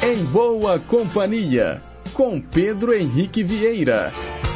Em Boa Companhia, com Pedro Henrique Vieira.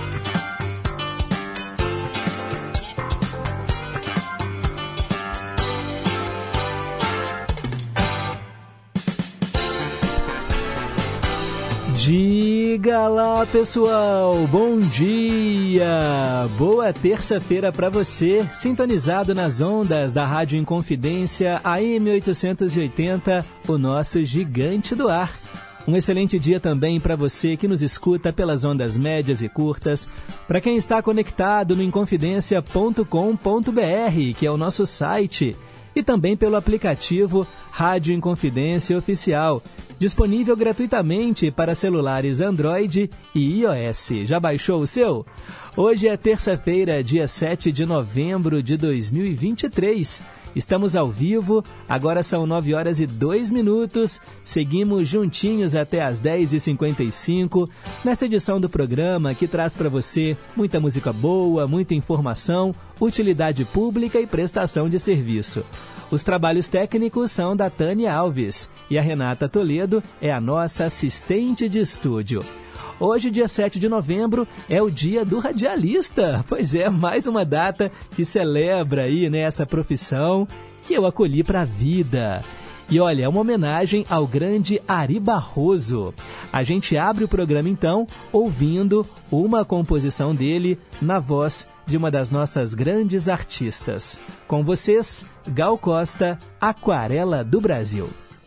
Diga lá, pessoal, bom dia, boa terça-feira para você, sintonizado nas ondas da Rádio Inconfidência AM 880, o nosso gigante do ar. Um excelente dia também para você que nos escuta pelas ondas médias e curtas, para quem está conectado no inconfidencia.com.br, que é o nosso site, e também pelo aplicativo Rádio Inconfidência Oficial, disponível gratuitamente para celulares Android e iOS. Já baixou o seu? Hoje é terça-feira, dia 7 de novembro de 2023. Estamos ao vivo, agora são 9 horas e 2 minutos. Seguimos juntinhos até as 10h55, nessa edição do programa que traz para você muita música boa, muita informação, utilidade pública e prestação de serviço. Os trabalhos técnicos são da Tânia Alves e a Renata Toledo é a nossa assistente de estúdio. Hoje, dia 7 de novembro, é o dia do radialista. Pois é, mais uma data que celebra aí, né, essa profissão que eu acolhi para a vida. E olha, é uma homenagem ao grande Ari Barroso. A gente abre o programa então ouvindo uma composição dele na voz de uma das nossas grandes artistas. Com vocês, Gal Costa, Aquarela do Brasil.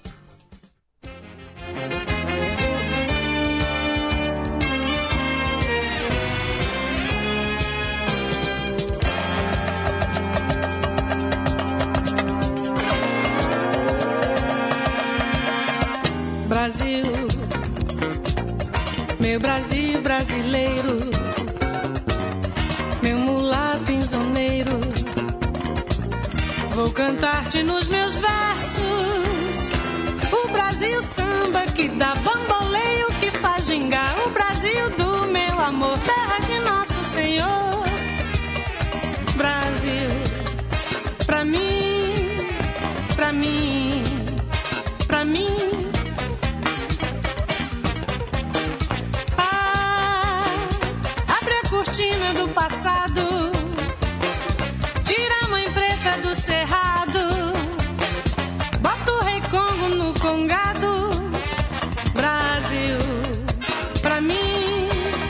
Brasil, meu Brasil brasileiro, meu mulato insoneiro, vou cantar-te nos meus versos. O Brasil samba que dá bamboleio, que faz gingar. O Brasil do meu amor, terra de nosso Senhor. Brasil, pra mim, pra mim, pra mim. Cortina do passado, tira a mãe preta do cerrado, bota o rei Congo no congado. Brasil, pra mim,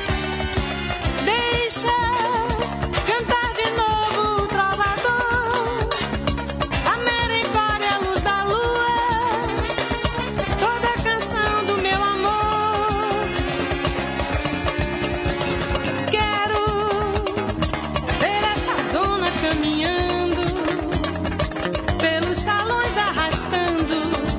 deixa cantar de novo o trovador, a meritória, a luz da lua, toda a canção do meu amor. Caminhando pelos salões, arrastando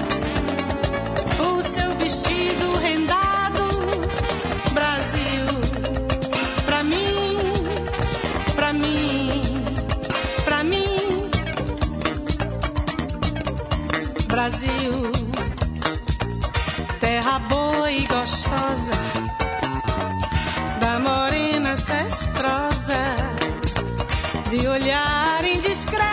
o seu vestido rendado. Brasil, pra mim, pra mim, pra mim. Brasil, terra boa e gostosa, da morena ancestrosa, de olhar indiscreto.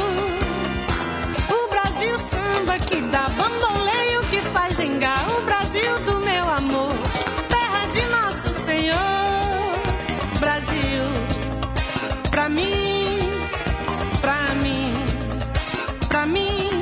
O Brasil samba que dá bamboleio, que faz gingar. O Brasil do meu amor, terra de nosso Senhor. Brasil, pra mim, pra mim, pra mim.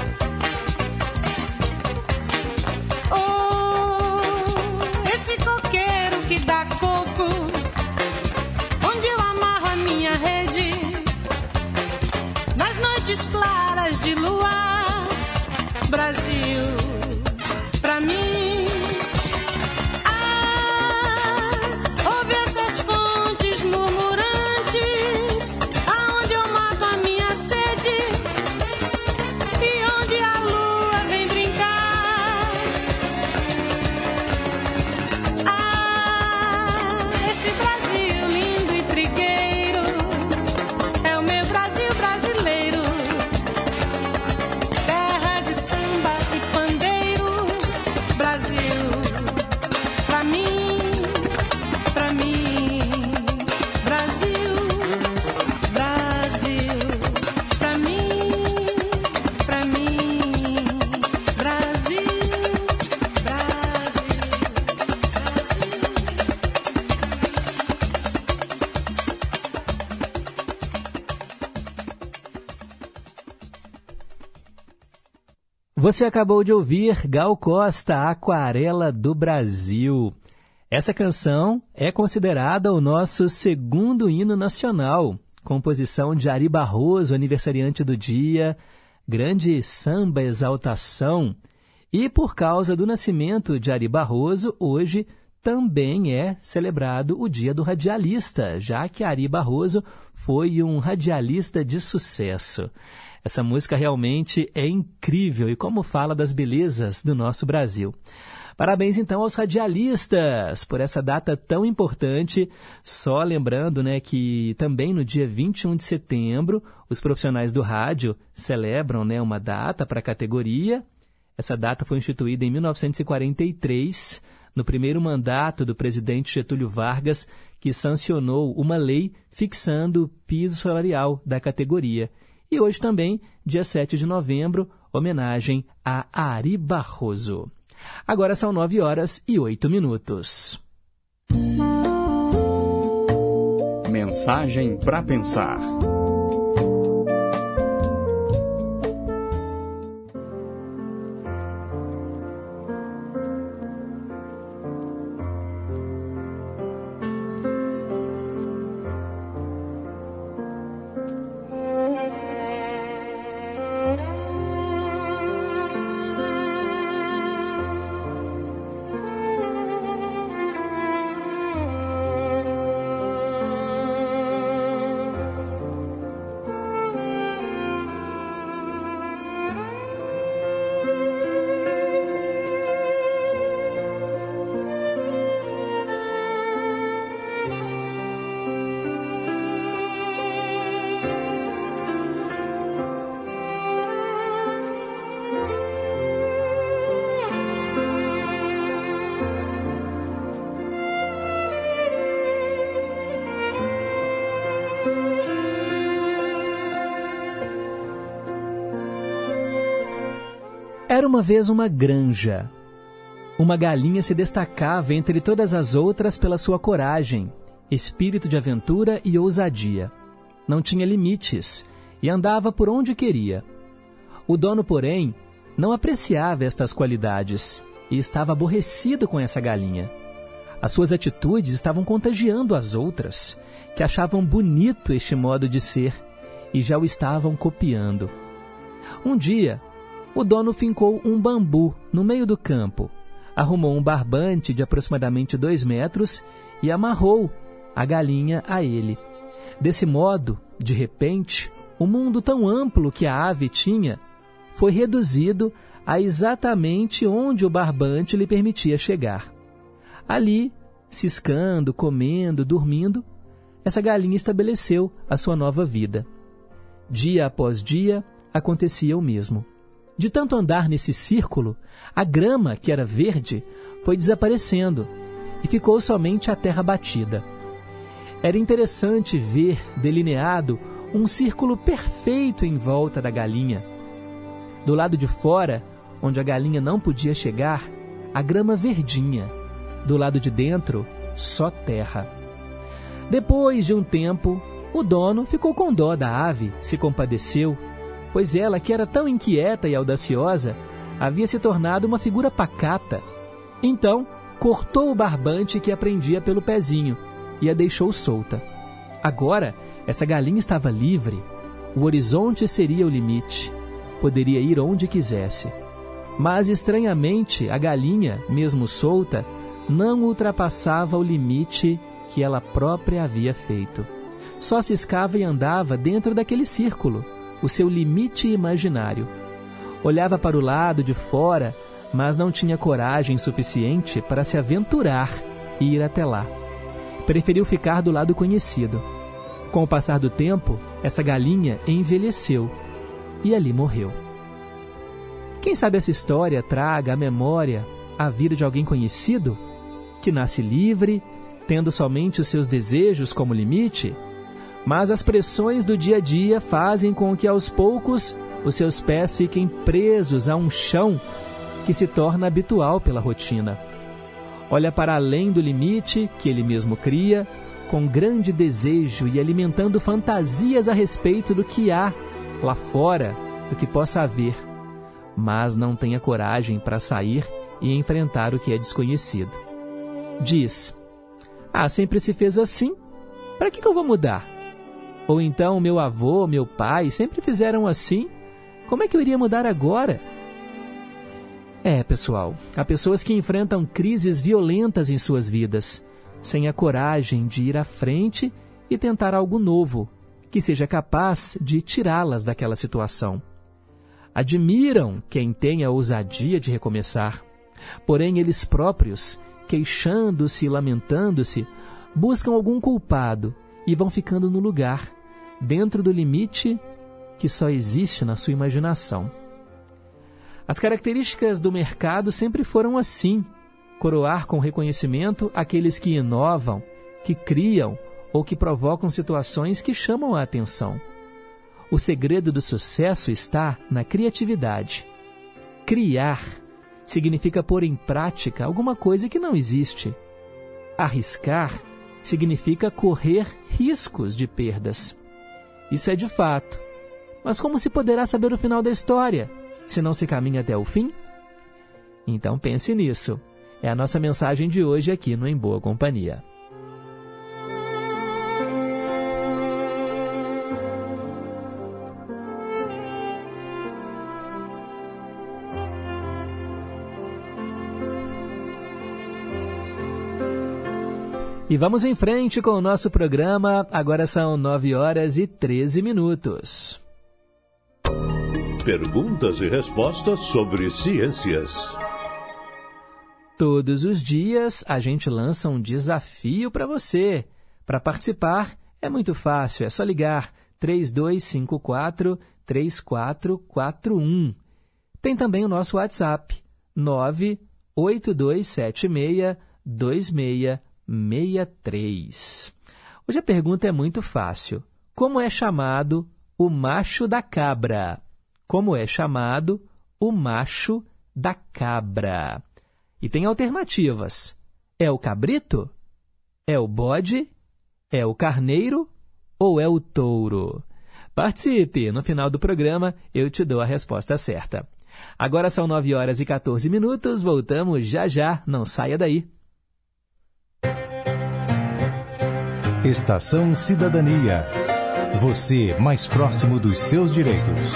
Oh, esse coqueiro que dá coco, onde eu amarro a minha rede, nas noites claras de luar. Brasil, pra mim. Ouve essas fontes murmurantes, aonde eu mato a minha sede e onde a lua vem brincar. Esse Brasil lindo e trigueiro é o meu Brasil brasileiro, terra de samba e pandeiro. Você acabou de ouvir Gal Costa, Aquarela do Brasil. Essa canção é considerada o nosso segundo hino nacional, composição de Ari Barroso, aniversariante do dia, grande samba exaltação. E por causa do nascimento de Ari Barroso, hoje também é celebrado o Dia do Radialista, já que Ari Barroso foi um radialista de sucesso. Essa música realmente é incrível e como fala das belezas do nosso Brasil. Parabéns, então, aos radialistas por essa data tão importante. Só lembrando, né, que também no dia 21 de setembro, os profissionais do rádio celebram, né, uma data para a categoria. Essa data foi instituída em 1943, no primeiro mandato do presidente Getúlio Vargas, que sancionou uma lei fixando o piso salarial da categoria. E hoje também, dia 7 de novembro, homenagem a Ari Barroso. Agora são 9h08. Mensagem para pensar. Era uma vez uma granja. Uma galinha se destacava entre todas as outras pela sua coragem, espírito de aventura e ousadia. Não tinha limites e andava por onde queria. O dono, porém, não apreciava estas qualidades e estava aborrecido com essa galinha. As suas atitudes estavam contagiando as outras, que achavam bonito este modo de ser e já o estavam copiando. Um dia, o dono fincou um bambu no meio do campo, arrumou um barbante de aproximadamente 2 metros e amarrou a galinha a ele. Desse modo, de repente, o mundo tão amplo que a ave tinha foi reduzido a exatamente onde o barbante lhe permitia chegar. Ali, ciscando, comendo, dormindo, essa galinha estabeleceu a sua nova vida. Dia após dia, acontecia o mesmo. De tanto andar nesse círculo, a grama, que era verde, foi desaparecendo e ficou somente a terra batida. Era interessante ver delineado um círculo perfeito em volta da galinha. Do lado de fora, onde a galinha não podia chegar, a grama verdinha. Do lado de dentro, só terra. Depois de um tempo, o dono ficou com dó da ave, se compadeceu, pois ela, que era tão inquieta e audaciosa, havia se tornado uma figura pacata. Então, cortou o barbante que prendia pelo pezinho e a deixou solta. Agora, essa galinha estava livre. O horizonte seria o limite. Poderia ir onde quisesse. Mas, estranhamente, a galinha, mesmo solta, não ultrapassava o limite que ela própria havia feito. Só ciscava e andava dentro daquele círculo, o seu limite imaginário. Olhava para o lado de fora, mas não tinha coragem suficiente para se aventurar e ir até lá. Preferiu ficar do lado conhecido. Com o passar do tempo, essa galinha envelheceu e ali morreu. Quem sabe essa história traga à memória a vida de alguém conhecido, que nasce livre, tendo somente os seus desejos como limite, mas as pressões do dia a dia fazem com que aos poucos os seus pés fiquem presos a um chão que se torna habitual pela rotina. Olha para além do limite que ele mesmo cria, com grande desejo e alimentando fantasias a respeito do que há lá fora, do que possa haver. mas não tem a coragem para sair e enfrentar o que é desconhecido. Diz: sempre se fez assim, para que eu vou mudar? Ou então, meu avô, meu pai sempre fizeram assim, como é que eu iria mudar agora? Pessoal, há pessoas que enfrentam crises violentas em suas vidas, sem a coragem de ir à frente e tentar algo novo, que seja capaz de tirá-las daquela situação. Admiram quem tem a ousadia de recomeçar, porém eles próprios, queixando-se e lamentando-se, buscam algum culpado e vão ficando no lugar, dentro do limite que só existe na sua imaginação. As características do mercado sempre foram assim: coroar com reconhecimento aqueles que inovam, que criam ou que provocam situações que chamam a atenção. O segredo do sucesso está na criatividade. Criar significa pôr em prática alguma coisa que não existe. Arriscar significa correr riscos de perdas. Isso é de fato. Mas como se poderá saber o final da história, se não se caminha até o fim? Então pense nisso. É a nossa mensagem de hoje aqui no Em Boa Companhia. E vamos em frente com o nosso programa. Agora são 9h13. Perguntas e respostas sobre ciências. Todos os dias a gente lança um desafio para você. Para participar é muito fácil, é só ligar 3254-3441. Tem também o nosso WhatsApp, 982762663. Hoje a pergunta é muito fácil. Como é chamado o macho da cabra? Como é chamado o macho da cabra? E tem alternativas. É o cabrito? É o bode? É o carneiro? Ou é o touro? Participe! No final do programa eu te dou a resposta certa. Agora são 9h14. Voltamos já já. Não saia daí. Estação Cidadania. Você mais próximo dos seus direitos.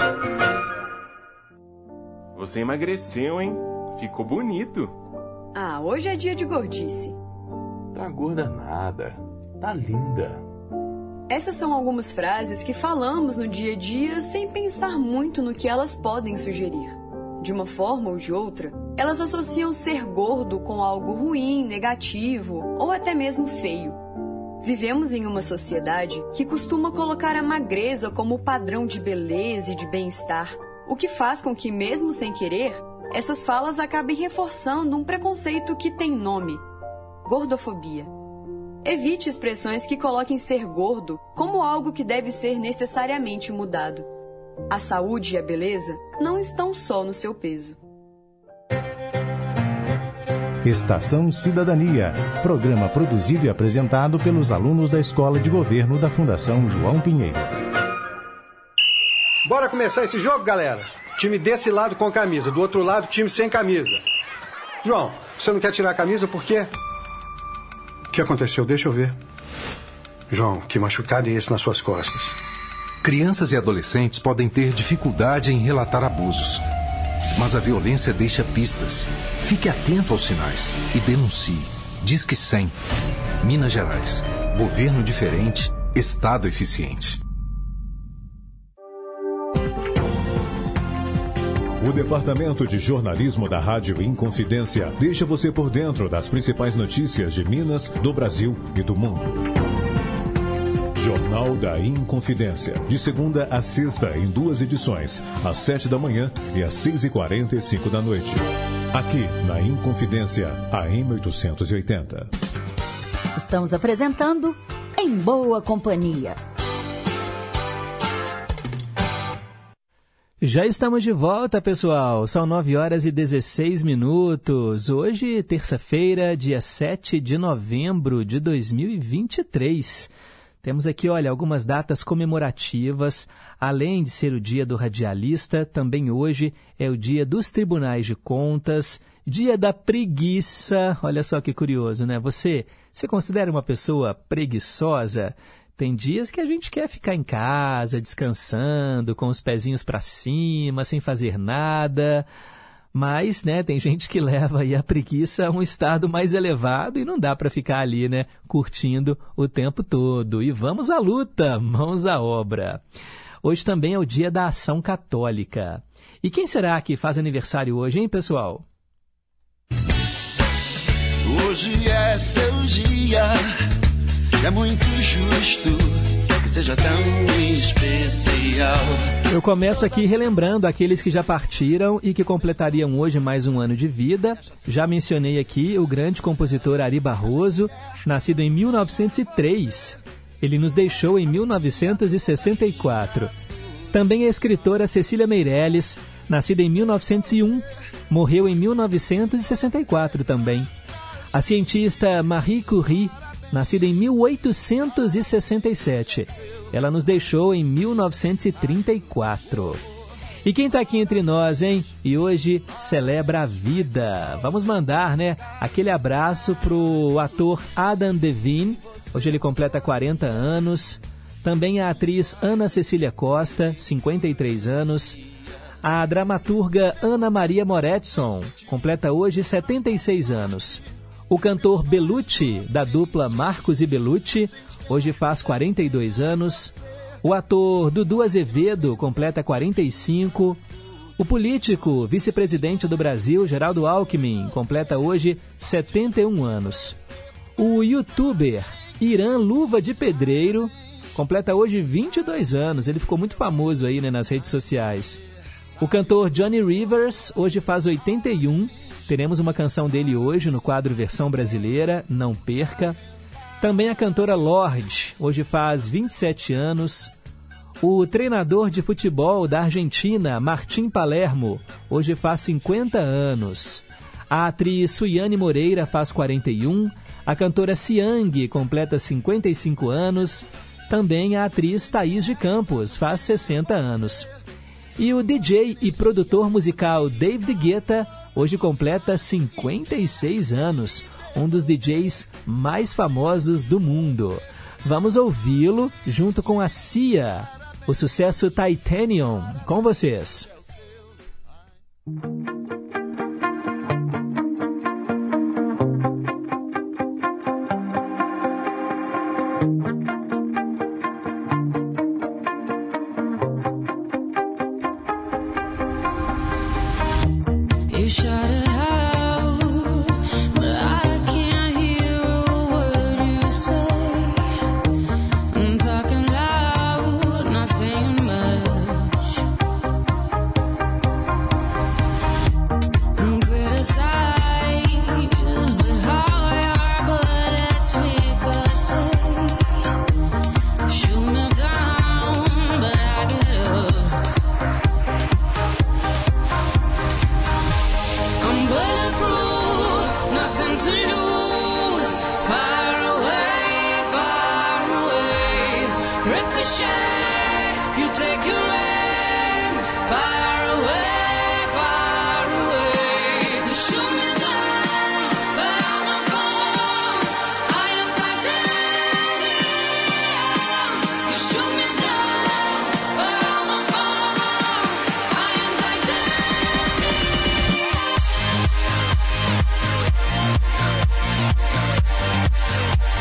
Você emagreceu, hein? Ficou bonito. Hoje é dia de gordice. Tá gorda nada. Tá linda. Essas são algumas frases que falamos no dia a dia sem pensar muito no que elas podem sugerir. De uma forma ou de outra, elas associam ser gordo com algo ruim, negativo ou até mesmo feio. Vivemos em uma sociedade que costuma colocar a magreza como padrão de beleza e de bem-estar, o que faz com que, mesmo sem querer, essas falas acabem reforçando um preconceito que tem nome: gordofobia. Evite expressões que coloquem ser gordo como algo que deve ser necessariamente mudado. A saúde e a beleza não estão só no seu peso. Estação Cidadania, programa produzido e apresentado pelos alunos da Escola de Governo da Fundação João Pinheiro. Bora começar esse jogo, galera? Time desse lado com camisa, do outro lado time sem camisa. João, você não quer tirar a camisa por quê? O que aconteceu? Deixa eu ver. João, que machucado é esse nas suas costas? Crianças e adolescentes podem ter dificuldade em relatar abusos. Mas a violência deixa pistas. Fique atento aos sinais e denuncie. Disque 100. Minas Gerais. Governo diferente, Estado eficiente. O Departamento de Jornalismo da Rádio Inconfidência deixa você por dentro das principais notícias de Minas, do Brasil e do mundo. Jornal da Inconfidência, de segunda a sexta em 2 edições, às 7 da manhã e às 6h45 da noite. Aqui na Inconfidência, AM 880. Estamos apresentando Em Boa Companhia. Já estamos de volta, pessoal. São 9h16. Hoje, terça-feira, dia 7 de novembro de 2023. Temos aqui, olha, algumas datas comemorativas. Além de ser o dia do radialista, também hoje é o dia dos tribunais de contas, dia da preguiça. Olha só que curioso, né? Você considera uma pessoa preguiçosa? Tem dias que a gente quer ficar em casa, descansando, com os pezinhos para cima, sem fazer nada. Mas, né, tem gente que leva aí a preguiça a um estado mais elevado e não dá para ficar ali, né, curtindo o tempo todo. E vamos à luta, mãos à obra. Hoje também é o dia da ação católica. E quem será que faz aniversário hoje, hein, pessoal? Hoje é seu dia, é muito justo que seja tão especial. Eu começo aqui relembrando aqueles que já partiram e que completariam hoje mais um ano de vida. Já mencionei aqui o grande compositor Ari Barroso, nascido em 1903. Ele nos deixou em 1964. Também a escritora Cecília Meirelles, nascida em 1901, morreu em 1964 também. A cientista Marie Curie, nascida em 1867. Ela nos deixou em 1934. E quem está aqui entre nós, hein? E hoje celebra a vida. Vamos mandar, né, aquele abraço pro ator Adam Devine. Hoje ele completa 40 anos. Também a atriz Ana Cecília Costa, 53 anos. A dramaturga Ana Maria Moretson completa hoje 76 anos. O cantor Belucci, da dupla Marcos e Belucci, hoje faz 42 anos. O ator Dudu Azevedo completa 45. O político, vice-presidente do Brasil, Geraldo Alckmin, completa hoje 71 anos. O youtuber Irã Luva de Pedreiro completa hoje 22 anos. Ele ficou muito famoso aí, né, nas redes sociais. O cantor Johnny Rivers hoje faz 81. Teremos uma canção dele hoje no quadro Versão Brasileira, não perca. Também a cantora Lorde, hoje faz 27 anos. O treinador de futebol da Argentina, Martim Palermo, hoje faz 50 anos. A atriz Suiane Moreira faz 41. A cantora Siang completa 55 anos. Também a atriz Thaís de Campos faz 60 anos. E o DJ e produtor musical David Guetta hoje completa 56 anos, um dos DJs mais famosos do mundo. Vamos ouvi-lo junto com a Cia, o sucesso Titanium, com vocês. You shut it out, but I can't hear a word you say. I'm talking loud, not saying much. I'm criticized, but how your bullets ricochet. Shoot me down, but I get up. I'm bulletproof, nothing to lose. Far away, ricochet. You take your aim. Far away. You shoot me down, but I'm a bomb. I am titanium. You shoot me down, but I'm a bomb. I am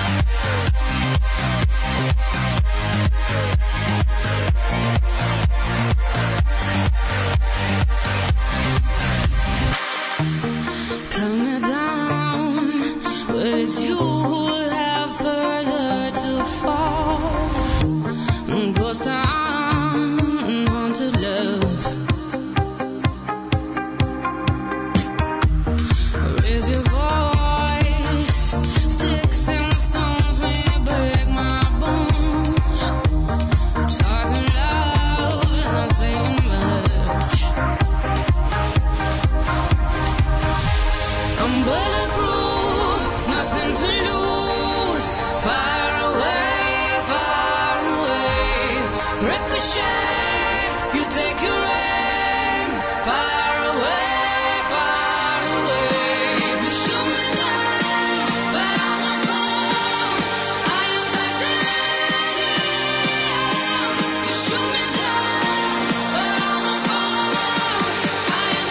titanium. ricochet, you take your aim far away, far away. You shoot me down, but I won't fall. I am titanium. You shoot me down, but I won't fall. I am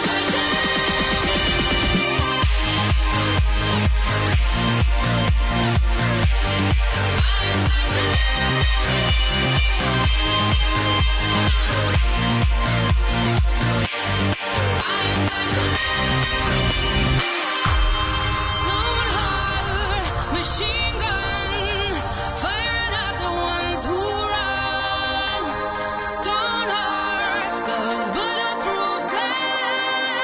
Stoneheart, machine gun, firing at the ones who run. Stoneheart, those bulletproof glass.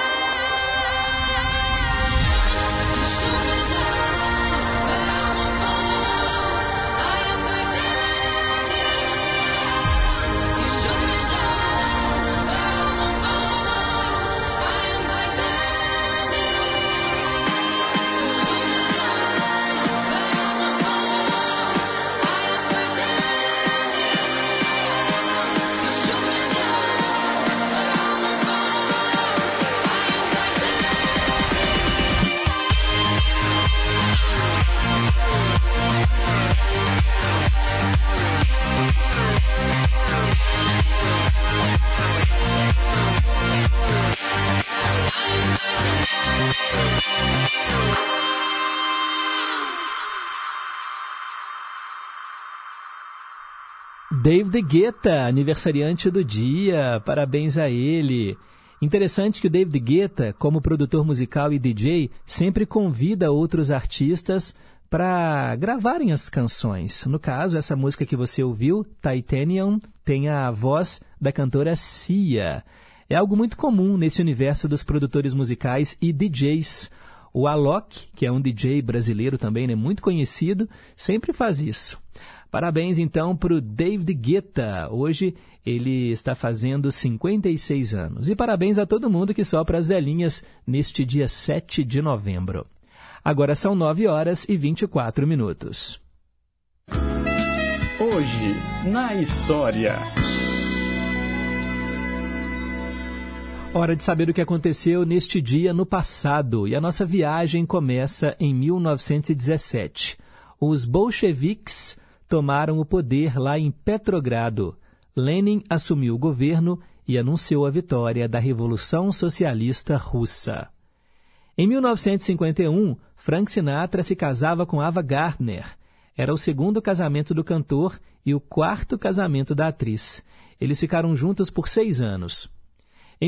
Shoot me down, but I won't fall. I am titanium. You shoot me down, but I won't fall. I am David Guetta, aniversariante do dia, parabéns a ele. Interessante que o David Guetta, como produtor musical e DJ, sempre convida outros artistas para gravarem as canções. No caso, essa música que você ouviu, Titanium, tem a voz da cantora Sia. É algo muito comum nesse universo dos produtores musicais e DJs. O Alok, que é um DJ brasileiro também, né, muito conhecido, sempre faz isso. Parabéns, então, para o David Guetta. Hoje ele está fazendo 56 anos. E parabéns a todo mundo que sopra as velhinhas neste dia 7 de novembro. Agora são 9h24. Hoje, na história. Hora de saber o que aconteceu neste dia no passado. E a nossa viagem começa em 1917. Os bolcheviques tomaram o poder lá em Petrogrado. Lenin assumiu o governo e anunciou a vitória da Revolução Socialista Russa. Em 1951, Frank Sinatra se casava com Ava Gardner. Era o segundo casamento do cantor e o quarto casamento da atriz. Eles ficaram juntos por 6 anos. Em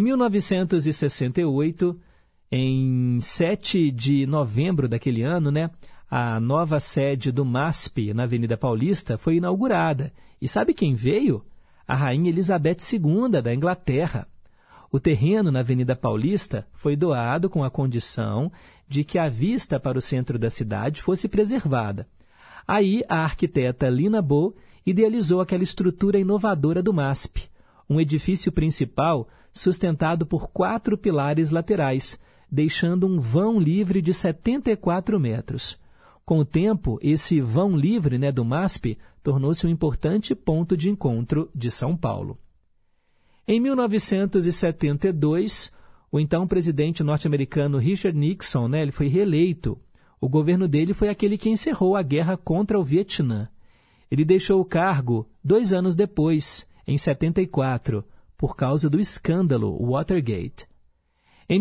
1968, em 7 de novembro daquele ano, a nova sede do MASP, na Avenida Paulista, foi inaugurada. E sabe quem veio? A Rainha Elizabeth II, da Inglaterra. O terreno na Avenida Paulista foi doado com a condição de que a vista para o centro da cidade fosse preservada. Aí, a arquiteta Lina Bo idealizou aquela estrutura inovadora do MASP, um edifício principal sustentado por 4 pilares laterais, deixando um vão livre de 74 metros. Com o tempo, esse vão livre do MASP tornou-se um importante ponto de encontro de São Paulo. Em 1972, o então presidente norte-americano Richard Nixon, ele foi reeleito. O governo dele foi aquele que encerrou a guerra contra o Vietnã. Ele deixou o cargo 2 anos depois, em 74, por causa do escândalo Watergate. Em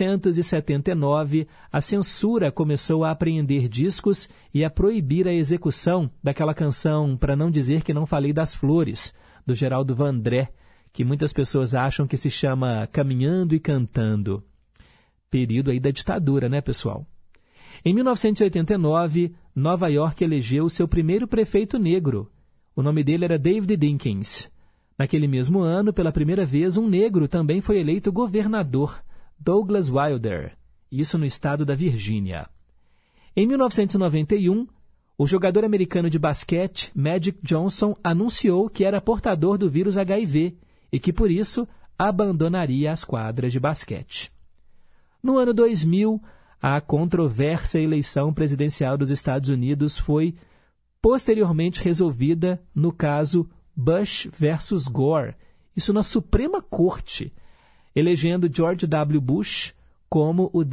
1979, a censura começou a apreender discos e a proibir a execução daquela canção Pra Não Dizer Que Não Falei das Flores, do Geraldo Vandré, que muitas pessoas acham que se chama Caminhando e Cantando. Período aí da ditadura, pessoal? Em 1989, Nova York elegeu seu primeiro prefeito negro. O nome dele era David Dinkins. Naquele mesmo ano, pela primeira vez, um negro também foi eleito governador, Douglas Wilder, isso no estado da Virgínia. Em 1991, o jogador americano de basquete Magic Johnson anunciou que era portador do vírus HIV e que, por isso, abandonaria as quadras de basquete. No ano 2000, a controversa eleição presidencial dos Estados Unidos foi posteriormente resolvida no caso Bush versus Gore, isso na Suprema Corte, elegendo George W. Bush como o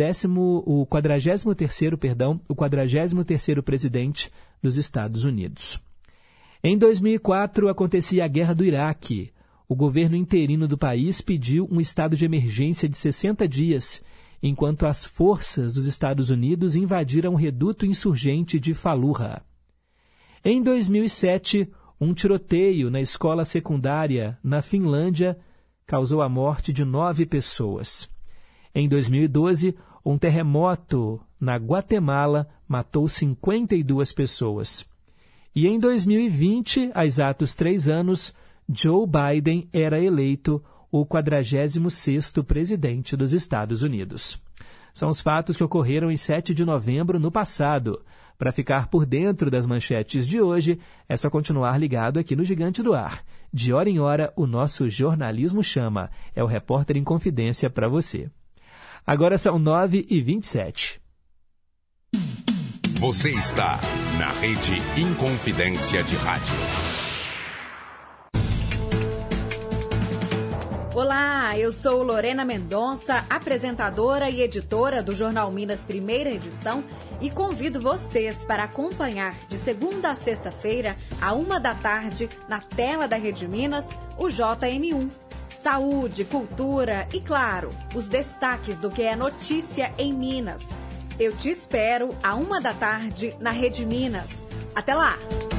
43º presidente dos Estados Unidos. Em 2004, acontecia a Guerra do Iraque. O governo interino do país pediu um estado de emergência de 60 dias, enquanto as forças dos Estados Unidos invadiram o reduto insurgente de Fallujah. Em 2007, um tiroteio na escola secundária na Finlândia causou a morte de 9 pessoas. Em 2012, um terremoto na Guatemala matou 52 pessoas. E em 2020, há exatos 3 anos, Joe Biden era eleito o 46º presidente dos Estados Unidos. São os fatos que ocorreram em 7 de novembro no passado. Para ficar por dentro das manchetes de hoje, é só continuar ligado aqui no Gigante do Ar. De hora em hora, o nosso jornalismo chama. É o Repórter em Confidência para você. Agora são 9h27. Você está na Rede Inconfidência de Rádio. Olá, eu sou Lorena Mendonça, apresentadora e editora do Jornal Minas Primeira Edição, e convido vocês para acompanhar de segunda a sexta-feira, à 13h, na tela da Rede Minas, o JM1. Saúde, cultura e, claro, os destaques do que é notícia em Minas. Eu te espero à 13h na Rede Minas. Até lá!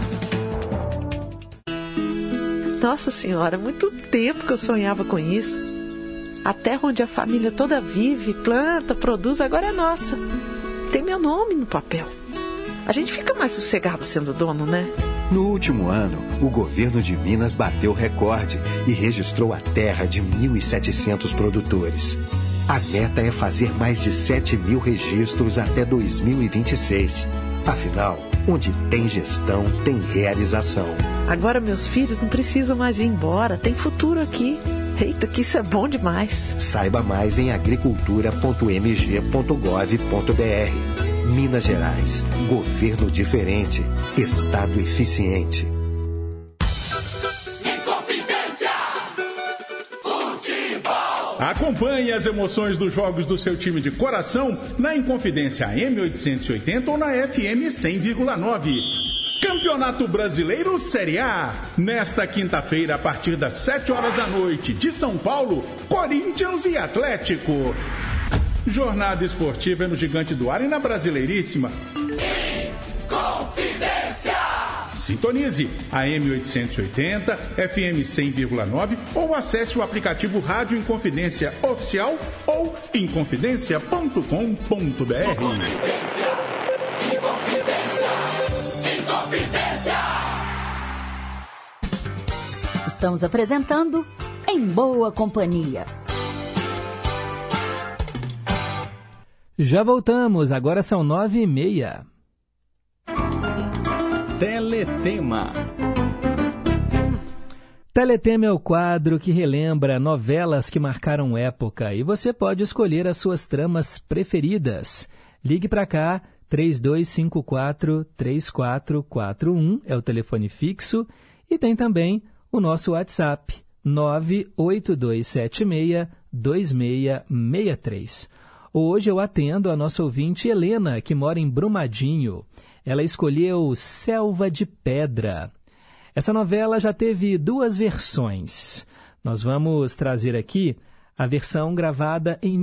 Nossa Senhora, muito tempo que eu sonhava com isso. A terra onde a família toda vive, planta, produz, agora é nossa. Tem meu nome no papel. A gente fica mais sossegado sendo dono, né? No último ano, o governo de Minas bateu recorde e registrou a terra de 1.700 produtores. A meta é fazer mais de 7.000 registros até 2026. Afinal, onde tem gestão, tem realização. Agora meus filhos não precisam mais ir embora, tem futuro aqui. Eita, que isso é bom demais. Saiba mais em agricultura.mg.gov.br. Minas Gerais, governo diferente, estado eficiente. Inconfidência, futebol. Acompanhe as emoções dos jogos do seu time de coração na Inconfidência AM 880 ou na FM 100,9. Campeonato Brasileiro Série A. Nesta quinta-feira, a partir das 7h, de São Paulo, Corinthians e Atlético. Jornada esportiva é no Gigante do Ar e na Brasileiríssima. Inconfidência. Sintonize AM 880, FM 100,9 ou acesse o aplicativo Rádio Inconfidência Oficial ou inconfidência.com.br. Inconfidência. Inconfidência. Inconfidência. Estamos apresentando Em Boa Companhia. Já voltamos, agora são 9h30. Teletema. Teletema é o quadro que relembra novelas que marcaram época e você pode escolher as suas tramas preferidas. Ligue para cá, 3254-3441 é o telefone fixo e tem também o nosso WhatsApp, 98276-2663. Hoje eu atendo a nossa ouvinte Helena, que mora em Brumadinho. Ela escolheu Selva de Pedra. Essa novela já teve 2 versões. Nós vamos trazer aqui a versão gravada em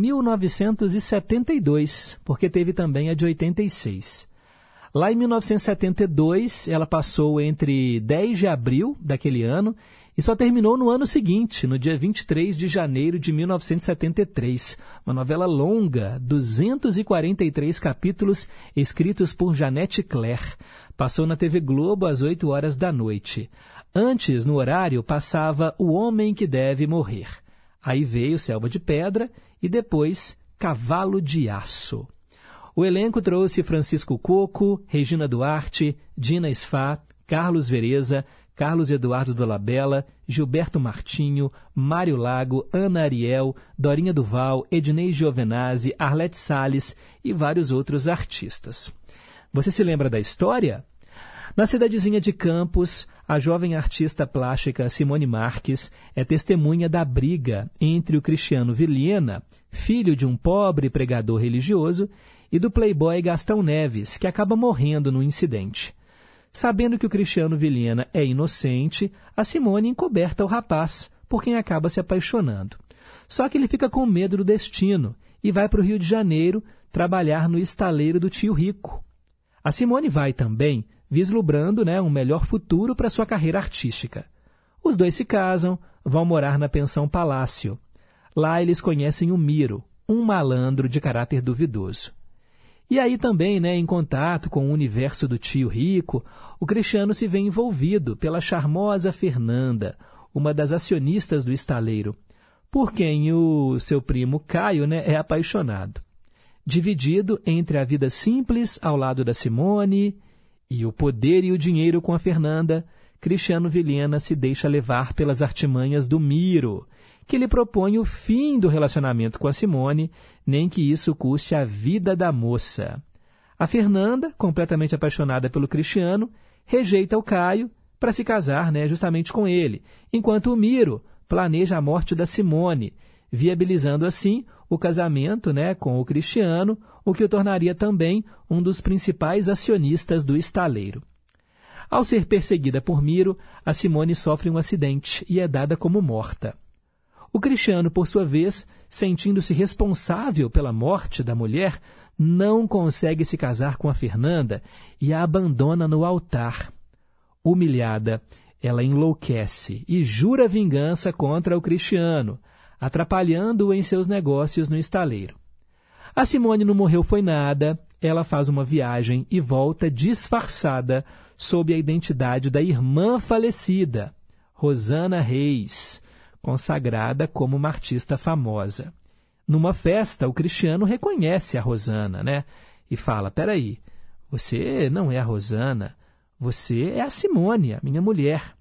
1972, porque teve também a de 86. Lá em 1972, ela passou entre 10 de abril daquele ano e só terminou no ano seguinte, no dia 23 de janeiro de 1973. Uma novela longa, 243 capítulos, escritos por Janete Claire. Passou na TV Globo às 20h. Antes, no horário, passava O Homem que Deve Morrer. Aí veio Selva de Pedra e depois Cavalo de Aço. O elenco trouxe Francisco Coco, Regina Duarte, Dina Sfá, Carlos Vereza, Carlos Eduardo Dolabella, Gilberto Martinho, Mário Lago, Ana Ariel, Dorinha Duval, Ednei Giovenazzi, Arlete Salles e vários outros artistas. Você se lembra da história? Na cidadezinha de Campos, a jovem artista plástica Simone Marques é testemunha da briga entre o Cristiano Vilhena, filho de um pobre pregador religioso, e do playboy Gastão Neves, que acaba morrendo no incidente. Sabendo que o Cristiano Vilhena é inocente, a Simone encoberta o rapaz, por quem acaba se apaixonando. Só que ele fica com medo do destino e vai para o Rio de Janeiro trabalhar no estaleiro do tio Rico. A Simone vai também vislumbrando, um melhor futuro para sua carreira artística. Os dois se casam, vão morar na pensão Palácio. Lá eles conhecem o Miro, um malandro de caráter duvidoso. E aí também, em contato com o universo do tio Rico, o Cristiano se vê envolvido pela charmosa Fernanda, uma das acionistas do estaleiro, por quem o seu primo Caio é apaixonado. Dividido entre a vida simples ao lado da Simone e o poder e o dinheiro com a Fernanda, Cristiano Vilhena se deixa levar pelas artimanhas do Miro, que lhe propõe o fim do relacionamento com a Simone, nem que isso custe a vida da moça. A Fernanda, completamente apaixonada pelo Cristiano, rejeita o Caio para se casar justamente com ele, enquanto o Miro planeja a morte da Simone, viabilizando assim o casamento com o Cristiano, o que o tornaria também um dos principais acionistas do estaleiro. Ao ser perseguida por Miro, a Simone sofre um acidente e é dada como morta. O Cristiano, por sua vez, sentindo-se responsável pela morte da mulher, não consegue se casar com a Fernanda e a abandona no altar. Humilhada, ela enlouquece e jura vingança contra o Cristiano, atrapalhando-o em seus negócios no estaleiro. A Simone não morreu foi nada, ela faz uma viagem e volta disfarçada sob a identidade da irmã falecida, Rosana Reis, consagrada como uma artista famosa. Numa festa, o Cristiano reconhece a Rosana, e fala, peraí, você não é a Rosana, você é a Simone, a minha mulher.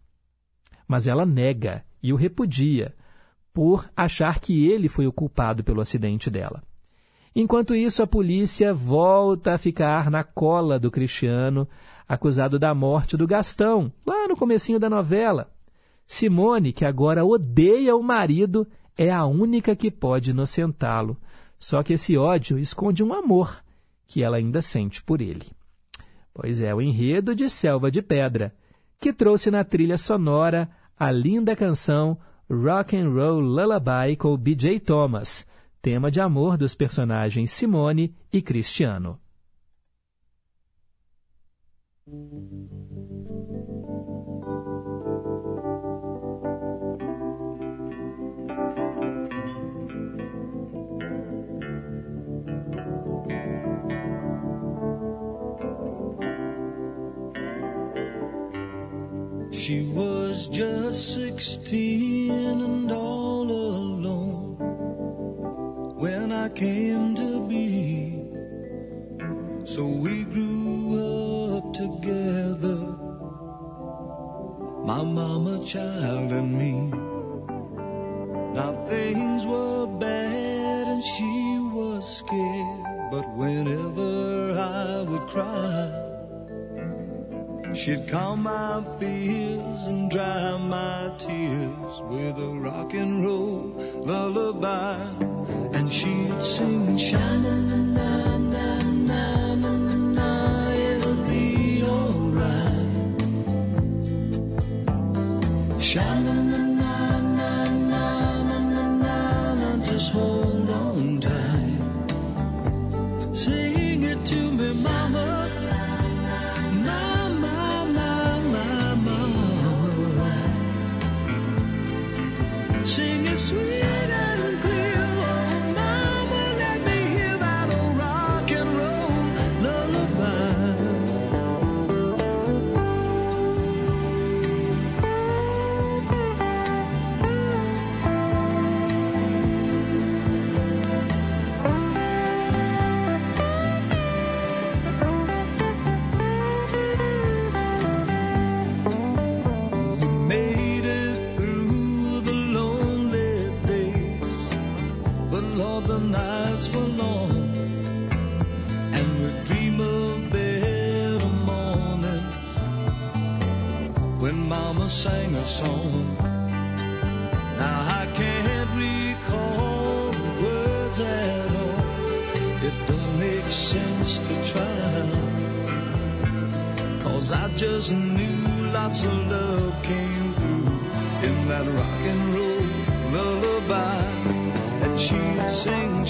Mas ela nega e o repudia, por achar que ele foi o culpado pelo acidente dela. Enquanto isso, a polícia volta a ficar na cola do Cristiano, acusado da morte do Gastão, lá no comecinho da novela. Simone, que agora odeia o marido, é a única que pode inocentá-lo. Só que esse ódio esconde um amor que ela ainda sente por ele. Pois é, o enredo de Selva de Pedra, que trouxe na trilha sonora a linda canção Rock and Roll Lullaby com B.J. Thomas, tema de amor dos personagens Simone e Cristiano. She was just 16 and all alone when I came to be. So we grew up together, my mama, child, and me. Now things were bad and she was scared, but whenever I would cry, she'd calm my fears and dry my tears with a rock and roll lullaby. And she'd sing, sha-na-na-na-na-na-na, it'll be alright. Sha-na-na-na-na-na-na-na, just hold on tight. Sing it to me, mama. Sing it sweet and clear, oh mama, let me hear that old rock and roll lullaby. We made it through the lonely when Mama sang a song. Now I can't recall the words at all. It don't make sense to try, 'cause I just knew lots of love came through in that rock and roll lullaby. And she'd sing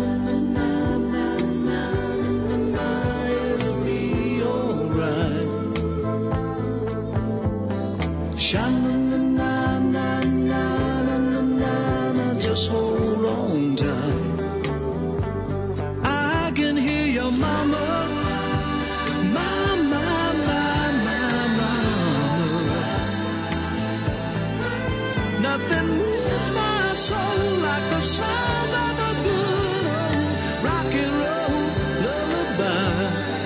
sha-na-na-na-na-na-na, it'll be alright. Sha-na-na-na-na-na-na-na, just hold on tight. I can hear your mama, mama, mama, mama. Nothing moves my soul like the sound of a good old rock and roll lullaby.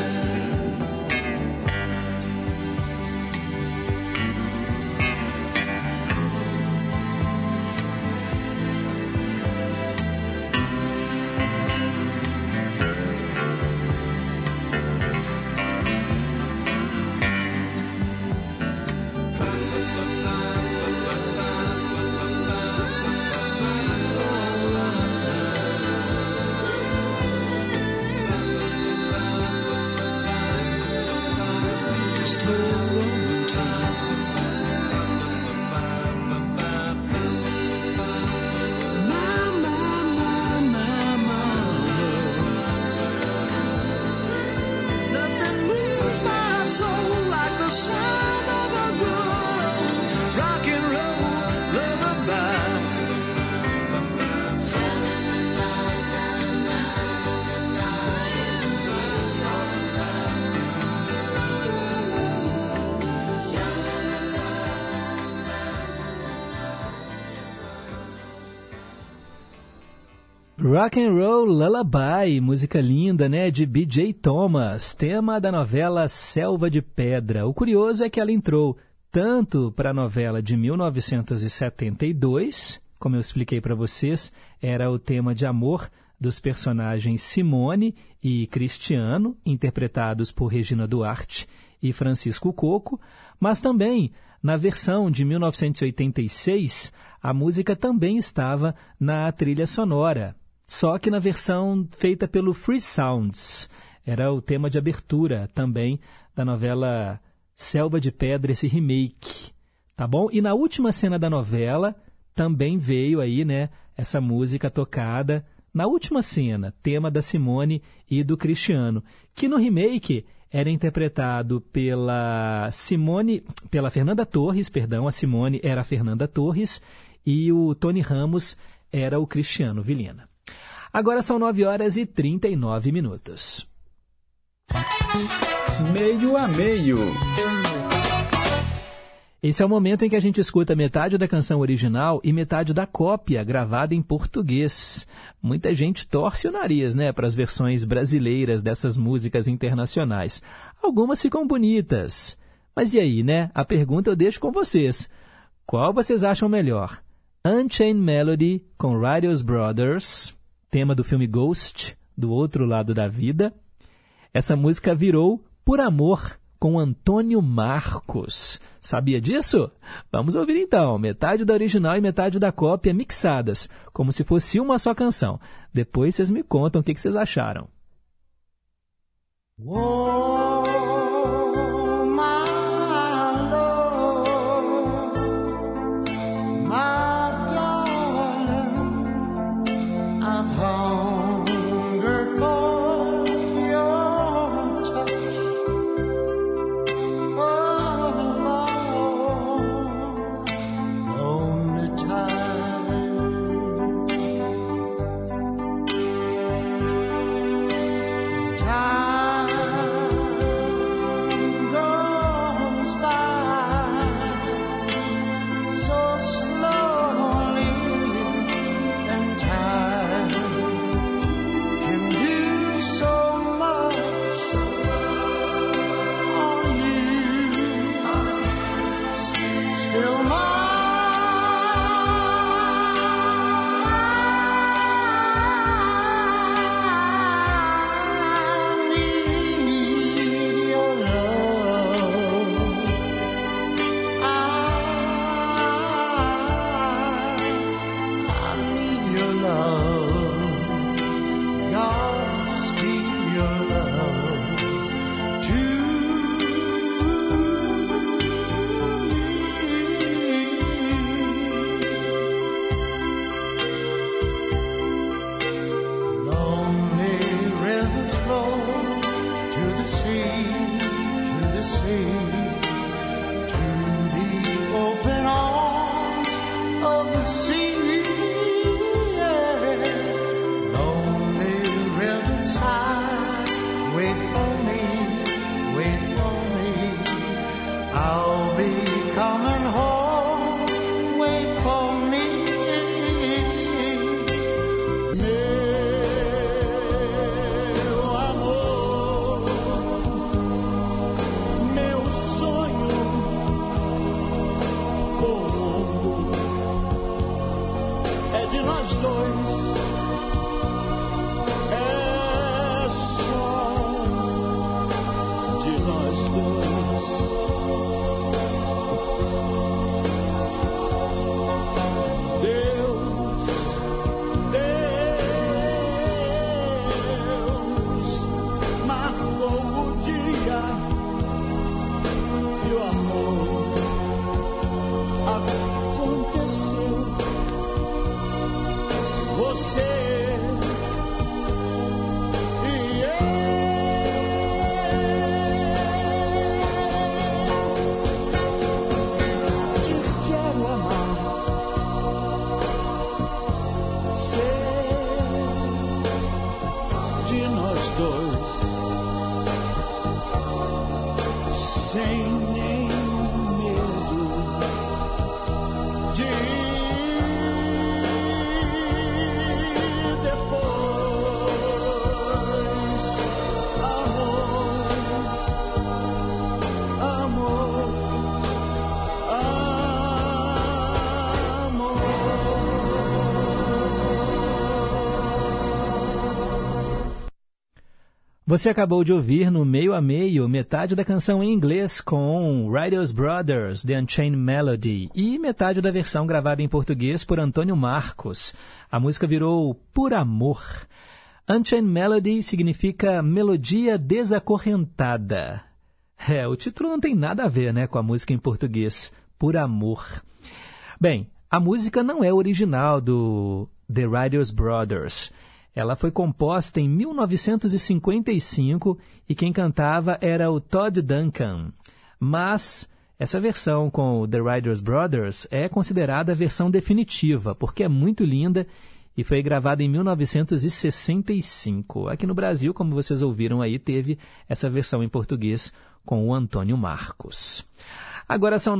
Just hold on tight. Mama, mama, mama. Nothing moves my soul like the sound of a good rock and roll lullaby. Rock and Roll Lullaby, música linda, né, de B.J. Thomas, tema da novela Selva de Pedra. O curioso é que ela entrou tanto para a novela de 1972, como eu expliquei para vocês, era o tema de amor dos personagens Simone e Cristiano, interpretados por Regina Duarte e Francisco Coco, mas também na versão de 1986, a música também estava na trilha sonora. Só que na versão feita pelo Free Sounds. Era o tema de abertura também da novela Selva de Pedra, esse remake. Tá bom? E na última cena da novela também veio aí, né, essa música tocada. Na última cena, tema da Simone e do Cristiano, que no remake era interpretado pela Fernanda Torres, perdão, a Simone era a Fernanda Torres e o Tony Ramos era o Cristiano Vilhena. Agora são 9h39. Meio a meio. Esse é o momento em que a gente escuta metade da canção original e metade da cópia gravada em português. Muita gente torce o nariz, né, para as versões brasileiras dessas músicas internacionais. Algumas ficam bonitas. Mas e aí, né? A pergunta eu deixo com vocês. Qual vocês acham melhor? Unchained Melody com Radios Brothers, tema do filme Ghost, Do Outro Lado da Vida. Essa música virou Por Amor, com Antônio Marcos. Sabia disso? Vamos ouvir então, metade da original e metade da cópia mixadas, como se fosse uma só canção. Depois vocês me contam o que vocês acharam. mundo é de nós dois. É só de nós dois. Deus marcou o dia e o amor aconteceu. Você e eu te quero amar, ser de nós dois, sem nenhum medo de ir depois. Amor, amor, amor. Você acabou de ouvir no Meio a Meio metade da canção em inglês com Writers Brothers, The Unchained Melody, e metade da versão gravada em português por Antônio Marcos. A música virou Por Amor. Unchained Melody significa melodia desacorrentada. O título não tem nada a ver, né, com a música em português, Por Amor. Bem, a música não é original do The Writers Brothers. Ela foi composta em 1955 e quem cantava era o Todd Duncan. Mas essa versão com o The Writers Brothers é considerada a versão definitiva, porque é muito linda e foi gravada em 1965. Aqui no Brasil, como vocês ouviram aí, teve essa versão em português com o Antônio Marcos. Agora são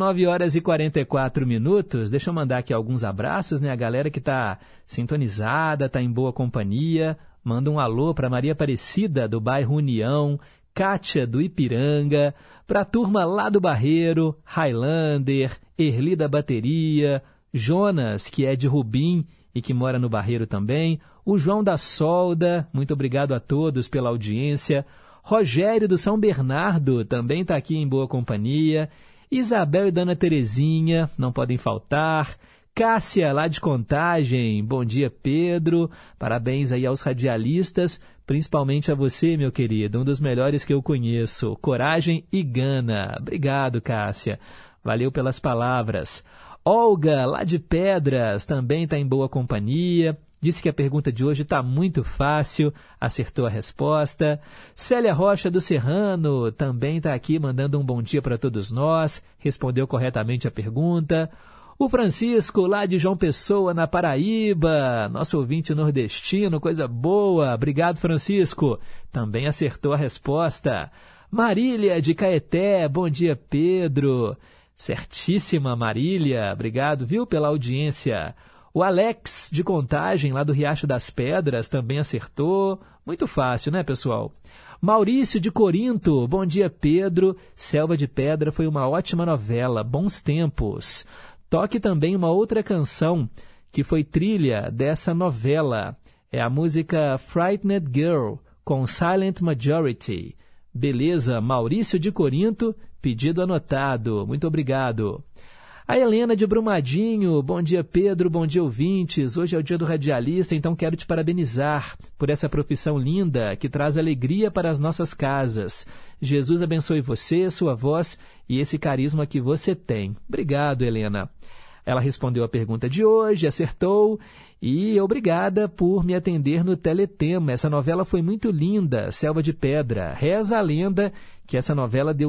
9h44. Deixa eu mandar aqui alguns abraços, né? A galera que está sintonizada, está em boa companhia. Manda um alô para Maria Aparecida, do bairro União, Kátia, do Ipiranga, para a turma lá do Barreiro, Highlander, Erli da Bateria, Jonas, que é de Rubim e que mora no Barreiro também, o João da Solda, muito obrigado a todos pela audiência, Rogério do São Bernardo também está aqui em boa companhia, Isabel e Dona Terezinha, não podem faltar. Cássia, lá de Contagem, bom dia, Pedro. Parabéns aí aos radialistas, principalmente a você, meu querido, um dos melhores que eu conheço. Coragem e gana. Obrigado, Cássia. Valeu pelas palavras. Olga, lá de Pedras, também está em boa companhia. Disse que a pergunta de hoje está muito fácil, acertou a resposta. Célia Rocha do Serrano também está aqui mandando um bom dia para todos nós, respondeu corretamente a pergunta. O Francisco, lá de João Pessoa, na Paraíba, nosso ouvinte nordestino, coisa boa. Obrigado, Francisco. Também acertou a resposta. Marília, de Caeté, bom dia, Pedro. Certíssima, Marília. Obrigado, viu, pela audiência. O Alex, de Contagem, lá do Riacho das Pedras, também acertou. Muito fácil, né, pessoal? Maurício, de Corinto, bom dia, Pedro. Selva de Pedra foi uma ótima novela, bons tempos. Toque também uma outra canção que foi trilha dessa novela. É a música Frightened Girl, com Silent Majority. Beleza, Maurício de Corinto, pedido anotado. Muito obrigado. A Helena de Brumadinho, bom dia, Pedro, bom dia, ouvintes. Hoje é o dia do radialista, então quero te parabenizar por essa profissão linda que traz alegria para as nossas casas. Jesus abençoe você, sua voz e esse carisma que você tem. Obrigado, Helena. Ela respondeu a pergunta de hoje, acertou e obrigada por me atender no Teletema. Essa novela foi muito linda, Selva de Pedra. Reza a lenda que essa novela deu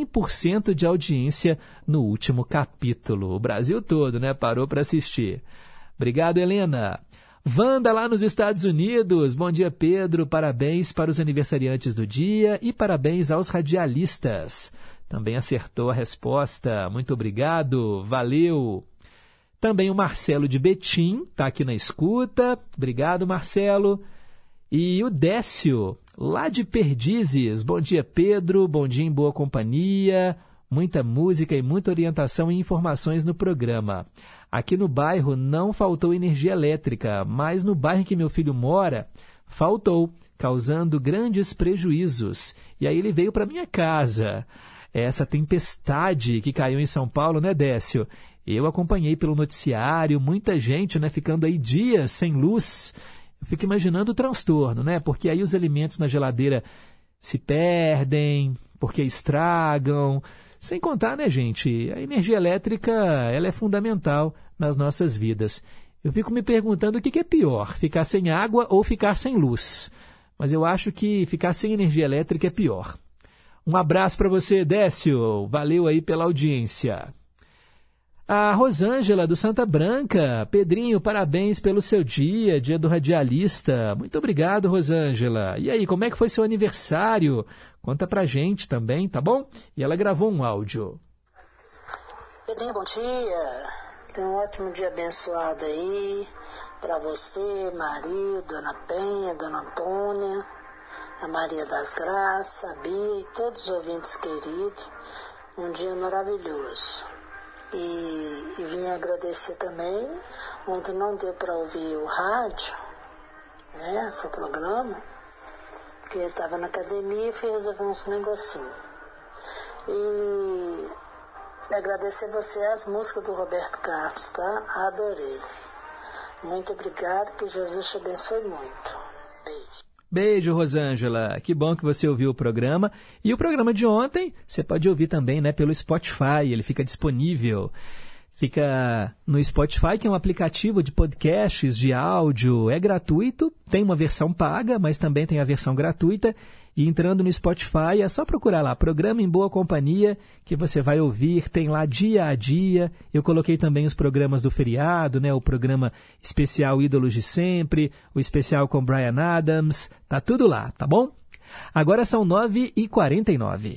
100% de audiência no último capítulo. O Brasil todo, né, parou para assistir. Obrigado, Helena. Wanda, lá nos Estados Unidos. Bom dia, Pedro. Parabéns para os aniversariantes do dia e parabéns aos radialistas. Também acertou a resposta. Muito obrigado. Valeu. Também o Marcelo de Betim está aqui na escuta. Obrigado, Marcelo. E o Décio, lá de Perdizes. Bom dia, Pedro. Bom dia em boa companhia. Muita música e muita orientação e informações no programa. Aqui no bairro não faltou energia elétrica, mas no bairro que meu filho mora, faltou, causando grandes prejuízos. E aí ele veio para minha casa. Essa tempestade que caiu em São Paulo, né, Décio? Eu acompanhei pelo noticiário, muita gente, né, ficando aí dias sem luz. Eu fico imaginando o transtorno, né? Porque aí os alimentos na geladeira se perdem, porque estragam. Sem contar, né, gente, a energia elétrica, ela é fundamental nas nossas vidas. Eu fico me perguntando o que é pior, ficar sem água ou ficar sem luz. Mas eu acho que ficar sem energia elétrica é pior. Um abraço para você, Décio. Valeu aí pela audiência. A Rosângela, do Santa Branca. Pedrinho, parabéns pelo seu dia, dia do radialista. Muito obrigado, Rosângela. E aí, como é que foi seu aniversário? Conta pra gente também, tá bom? E ela gravou um áudio. Pedrinho, bom dia. Tenha um ótimo dia abençoado aí. Pra você, Maria, Dona Penha, Dona Antônia, a Maria das Graças, a Bia e todos os ouvintes queridos. Um dia maravilhoso. E vim agradecer também. Ontem não deu para ouvir o rádio, né, seu programa, porque eu estava na academia e fui resolver uns negocinhos. E agradecer você as músicas do Roberto Carlos, tá? Adorei. Muito obrigado, que Jesus te abençoe muito. Beijo. Beijo, Rosângela. Que bom que você ouviu o programa. E o programa de ontem você pode ouvir também, né, pelo Spotify. Ele fica disponível. Fica no Spotify, que é um aplicativo de podcasts, de áudio. É gratuito, tem uma versão paga, mas também tem a versão gratuita. E entrando no Spotify, é só procurar lá, Programa em Boa Companhia, que você vai ouvir, tem lá dia a dia. Eu coloquei também os programas do feriado, né? O programa especial Ídolos de Sempre, o especial com Bryan Adams, tá tudo lá, tá bom? Agora são 9h49.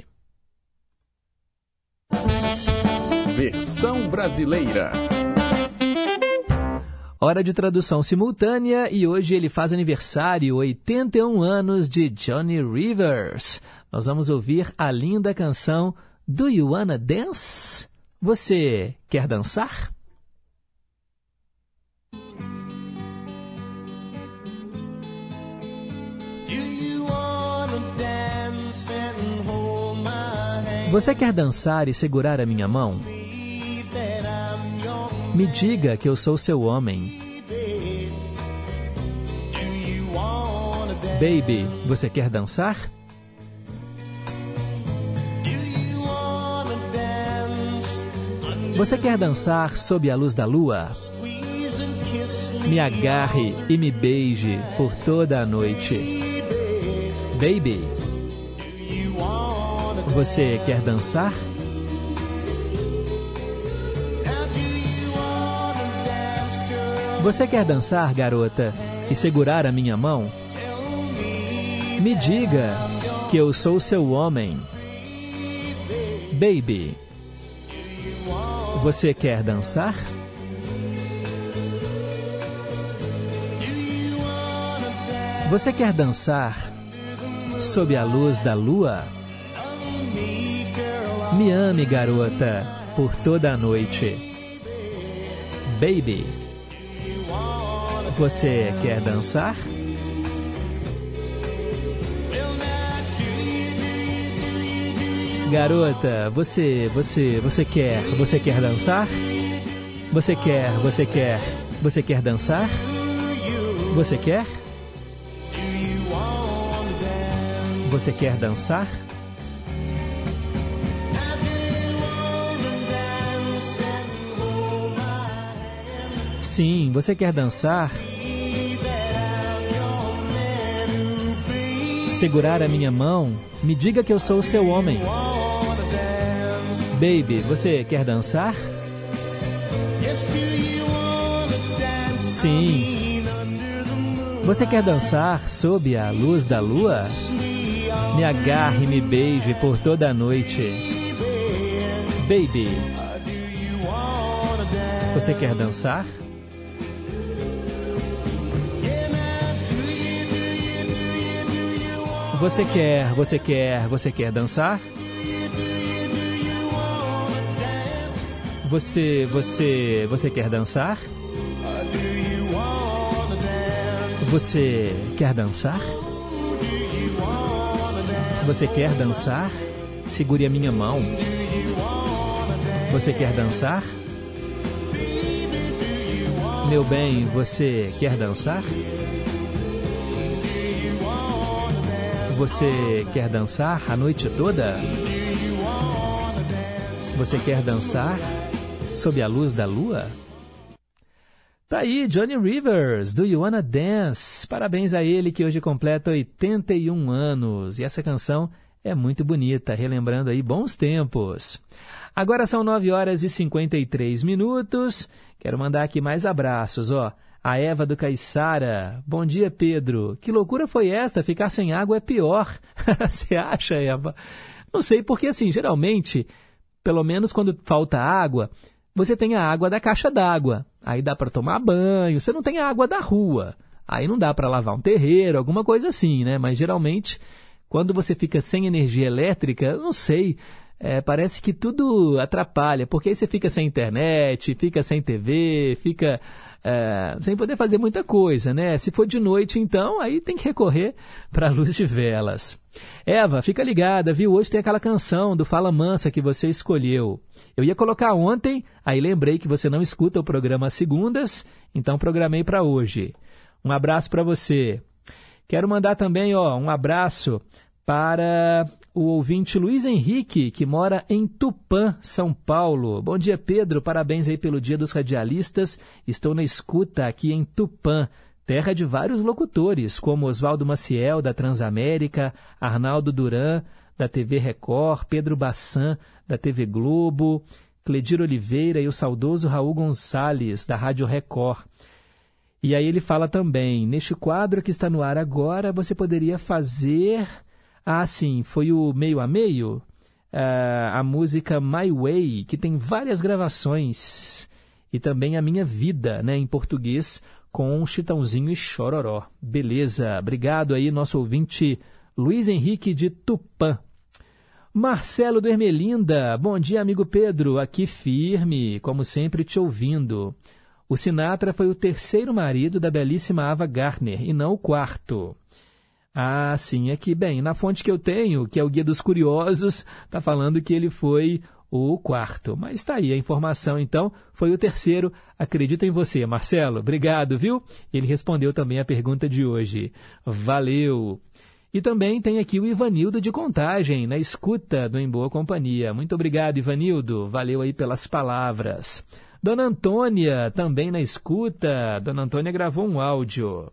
Versão brasileira. Hora de tradução simultânea e hoje ele faz aniversário, 81 anos de Johnny Rivers. Nós vamos ouvir a linda canção Do You Wanna Dance? Você quer dançar? Você quer dançar e segurar a minha mão? Me diga que eu sou seu homem. Baby, você quer dançar? Você quer dançar sob a luz da lua? Me agarre e me beije por toda a noite. Baby, você quer dançar? Você quer dançar, garota, e segurar a minha mão? Me diga que eu sou seu homem. Baby, você quer dançar? Você quer dançar sob a luz da lua? Me ame, garota, por toda a noite. Baby, você quer dançar? Garota, você quer dançar? Você quer dançar? Você quer? Você quer dançar? Sim, você quer dançar? Segurar a minha mão? Me diga que eu sou o seu homem. Baby, você quer dançar? Sim. Você quer dançar sob a luz da lua? Me agarre e me beije por toda a noite. Baby, você quer dançar? Você quer dançar? Você quer dançar? Você quer dançar? Você quer dançar? Segure a minha mão. Você quer dançar? Meu bem, você quer dançar? Você quer dançar a noite toda? Você quer dançar sob a luz da lua? Tá aí, Johnny Rivers, Do You Wanna Dance? Parabéns a ele que hoje completa 81 anos. E essa canção é muito bonita, relembrando aí bons tempos. Agora são 9h53. Quero mandar aqui mais abraços, ó. A Eva do Caiçara. Bom dia, Pedro. Que loucura foi esta? Ficar sem água é pior. Você acha, Eva? Não sei, porque assim, geralmente, pelo menos quando falta água, você tem a água da caixa d'água. Aí dá para tomar banho. Você não tem a água da rua. Aí não dá para lavar um terreiro, alguma coisa assim, né? Mas geralmente, quando você fica sem energia elétrica, eu não sei, parece que tudo atrapalha. Porque aí você fica sem internet, fica sem TV, fica sem poder fazer muita coisa, né? Se for de noite, então, aí tem que recorrer para a luz de velas. Eva, fica ligada, viu? Hoje tem aquela canção do Fala Mansa que você escolheu. Eu ia colocar ontem, aí lembrei que você não escuta o programa às segundas, então programei para hoje. Um abraço para você. Quero mandar também um abraço para o ouvinte Luiz Henrique, que mora em Tupã, São Paulo. Bom dia, Pedro. Parabéns aí pelo Dia dos Radialistas. Estou na escuta aqui em Tupã, terra de vários locutores, como Oswaldo Maciel, da Transamérica, Arnaldo Duran, da TV Record, Pedro Bassan, da TV Globo, Cledir Oliveira e o saudoso Raul Gonçalves, da Rádio Record. E aí ele fala também, neste quadro que está no ar agora, você poderia fazer... Ah, sim, foi o Meio a Meio, a música My Way, que tem várias gravações, e também A Minha Vida, né, em português, com Chitãozinho e Chororó. Beleza, obrigado aí, nosso ouvinte Luiz Henrique de Tupã. Marcelo do Ermelinda, bom dia, amigo Pedro, aqui firme, como sempre te ouvindo. O Sinatra foi o terceiro marido da belíssima Ava Gardner, e não o quarto. Ah, sim, aqui, bem, na fonte que eu tenho, que é o Guia dos Curiosos, está falando que ele foi o quarto. Mas está aí a informação, então, foi o terceiro. Acredito em você, Marcelo. Obrigado, viu? Ele respondeu também a pergunta de hoje. Valeu! E também tem aqui o Ivanildo de Contagem, na escuta do Em Boa Companhia. Muito obrigado, Ivanildo. Valeu aí pelas palavras. Dona Antônia, também na escuta. Dona Antônia gravou um áudio.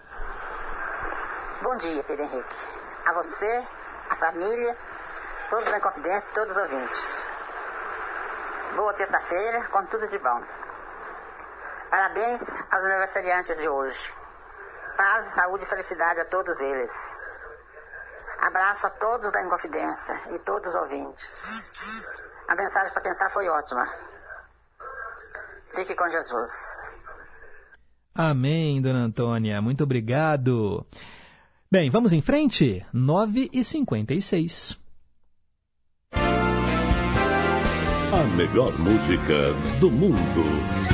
Bom dia, Pedro Henrique. A você, a família, todos da Inconfidência e todos os ouvintes. Boa terça-feira, com tudo de bom. Parabéns aos aniversariantes de hoje. Paz, saúde e felicidade a todos eles. Abraço a todos da Inconfidência e todos os ouvintes. A mensagem para pensar foi ótima. Fique com Jesus. Amém, Dona Antônia. Muito obrigado. Bem, vamos em frente? 9h56. A melhor música do mundo.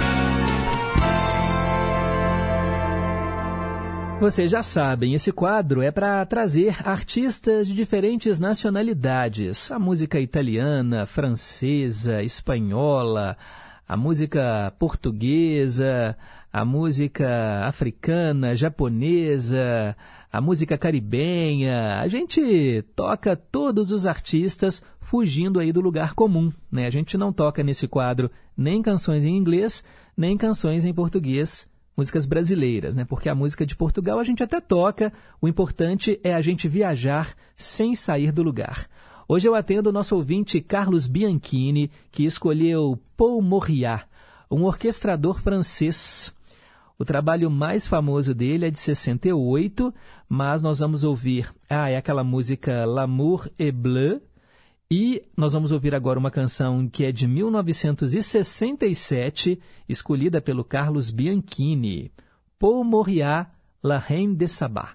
Vocês já sabem, esse quadro é para trazer artistas de diferentes nacionalidades. A música italiana, francesa, espanhola, a música portuguesa, a música africana, japonesa, a música caribenha. A gente toca todos os artistas fugindo aí do lugar comum, né? A gente não toca nesse quadro nem canções em inglês, nem canções em português, músicas brasileiras, né? Porque a música de Portugal a gente até toca, o importante é a gente viajar sem sair do lugar. Hoje eu atendo o nosso ouvinte Carlos Bianchini, que escolheu Paul Morriat, um orquestrador francês. O trabalho mais famoso dele é de 68, mas nós vamos ouvir é aquela música L'amour est bleu, e nós vamos ouvir agora uma canção que é de 1967, escolhida pelo Carlos Bianchini, Paul Morriat, La Reine de Saba.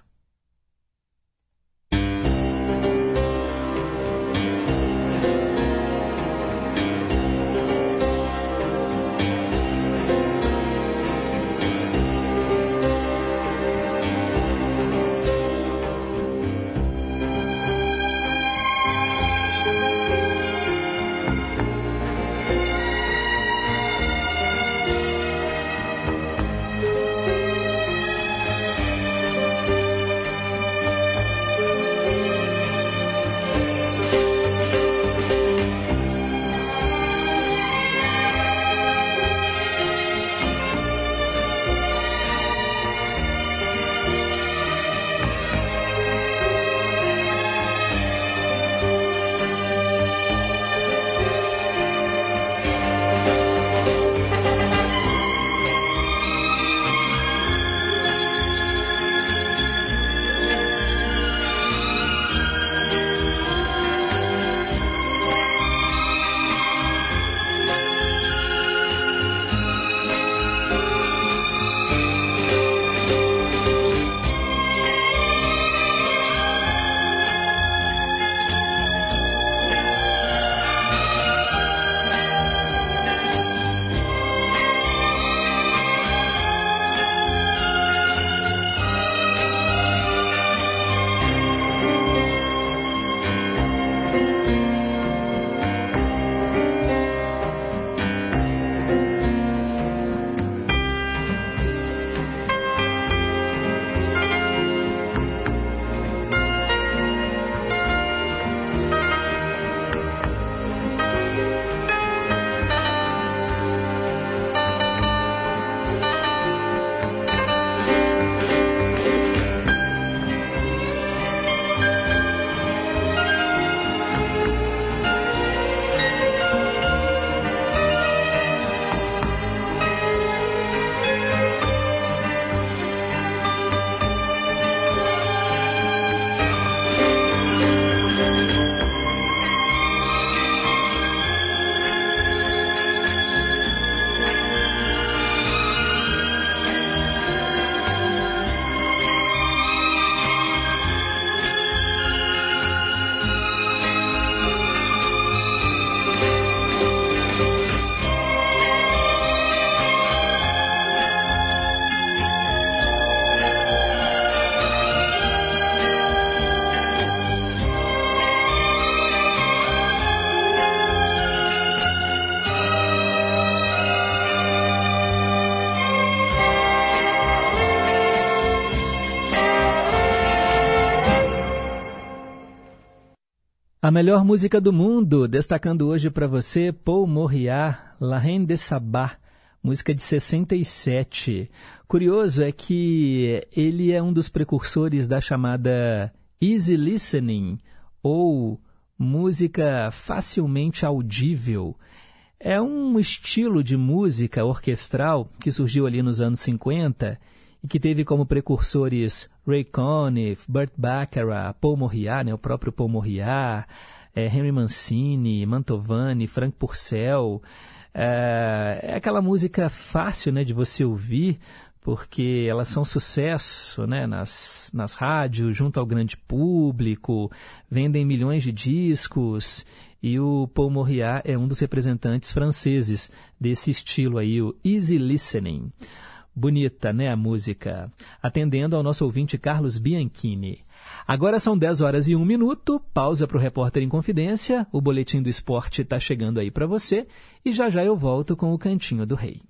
A melhor música do mundo, destacando hoje para você Paul Morriat, La Reine de Saba, música de 67. Curioso é que ele é um dos precursores da chamada easy listening, ou música facilmente audível. É um estilo de música orquestral que surgiu ali nos anos 50 e que teve como precursores Ray Conniff, Burt Bacharach, Paul Morriat, né, o próprio Paul Morriat, Henry Mancini, Mantovani, Frank Purcell. É aquela música fácil, né, de você ouvir, porque elas são sucesso, né, nas rádios, junto ao grande público, vendem milhões de discos, e o Paul Morriat é um dos representantes franceses desse estilo aí, o easy listening. Bonita, né, a música? Atendendo ao nosso ouvinte Carlos Bianchini. Agora são 10h01, pausa para o Repórter em Confidência, o Boletim do Esporte está chegando aí para você, e já já eu volto com o Cantinho do Rei.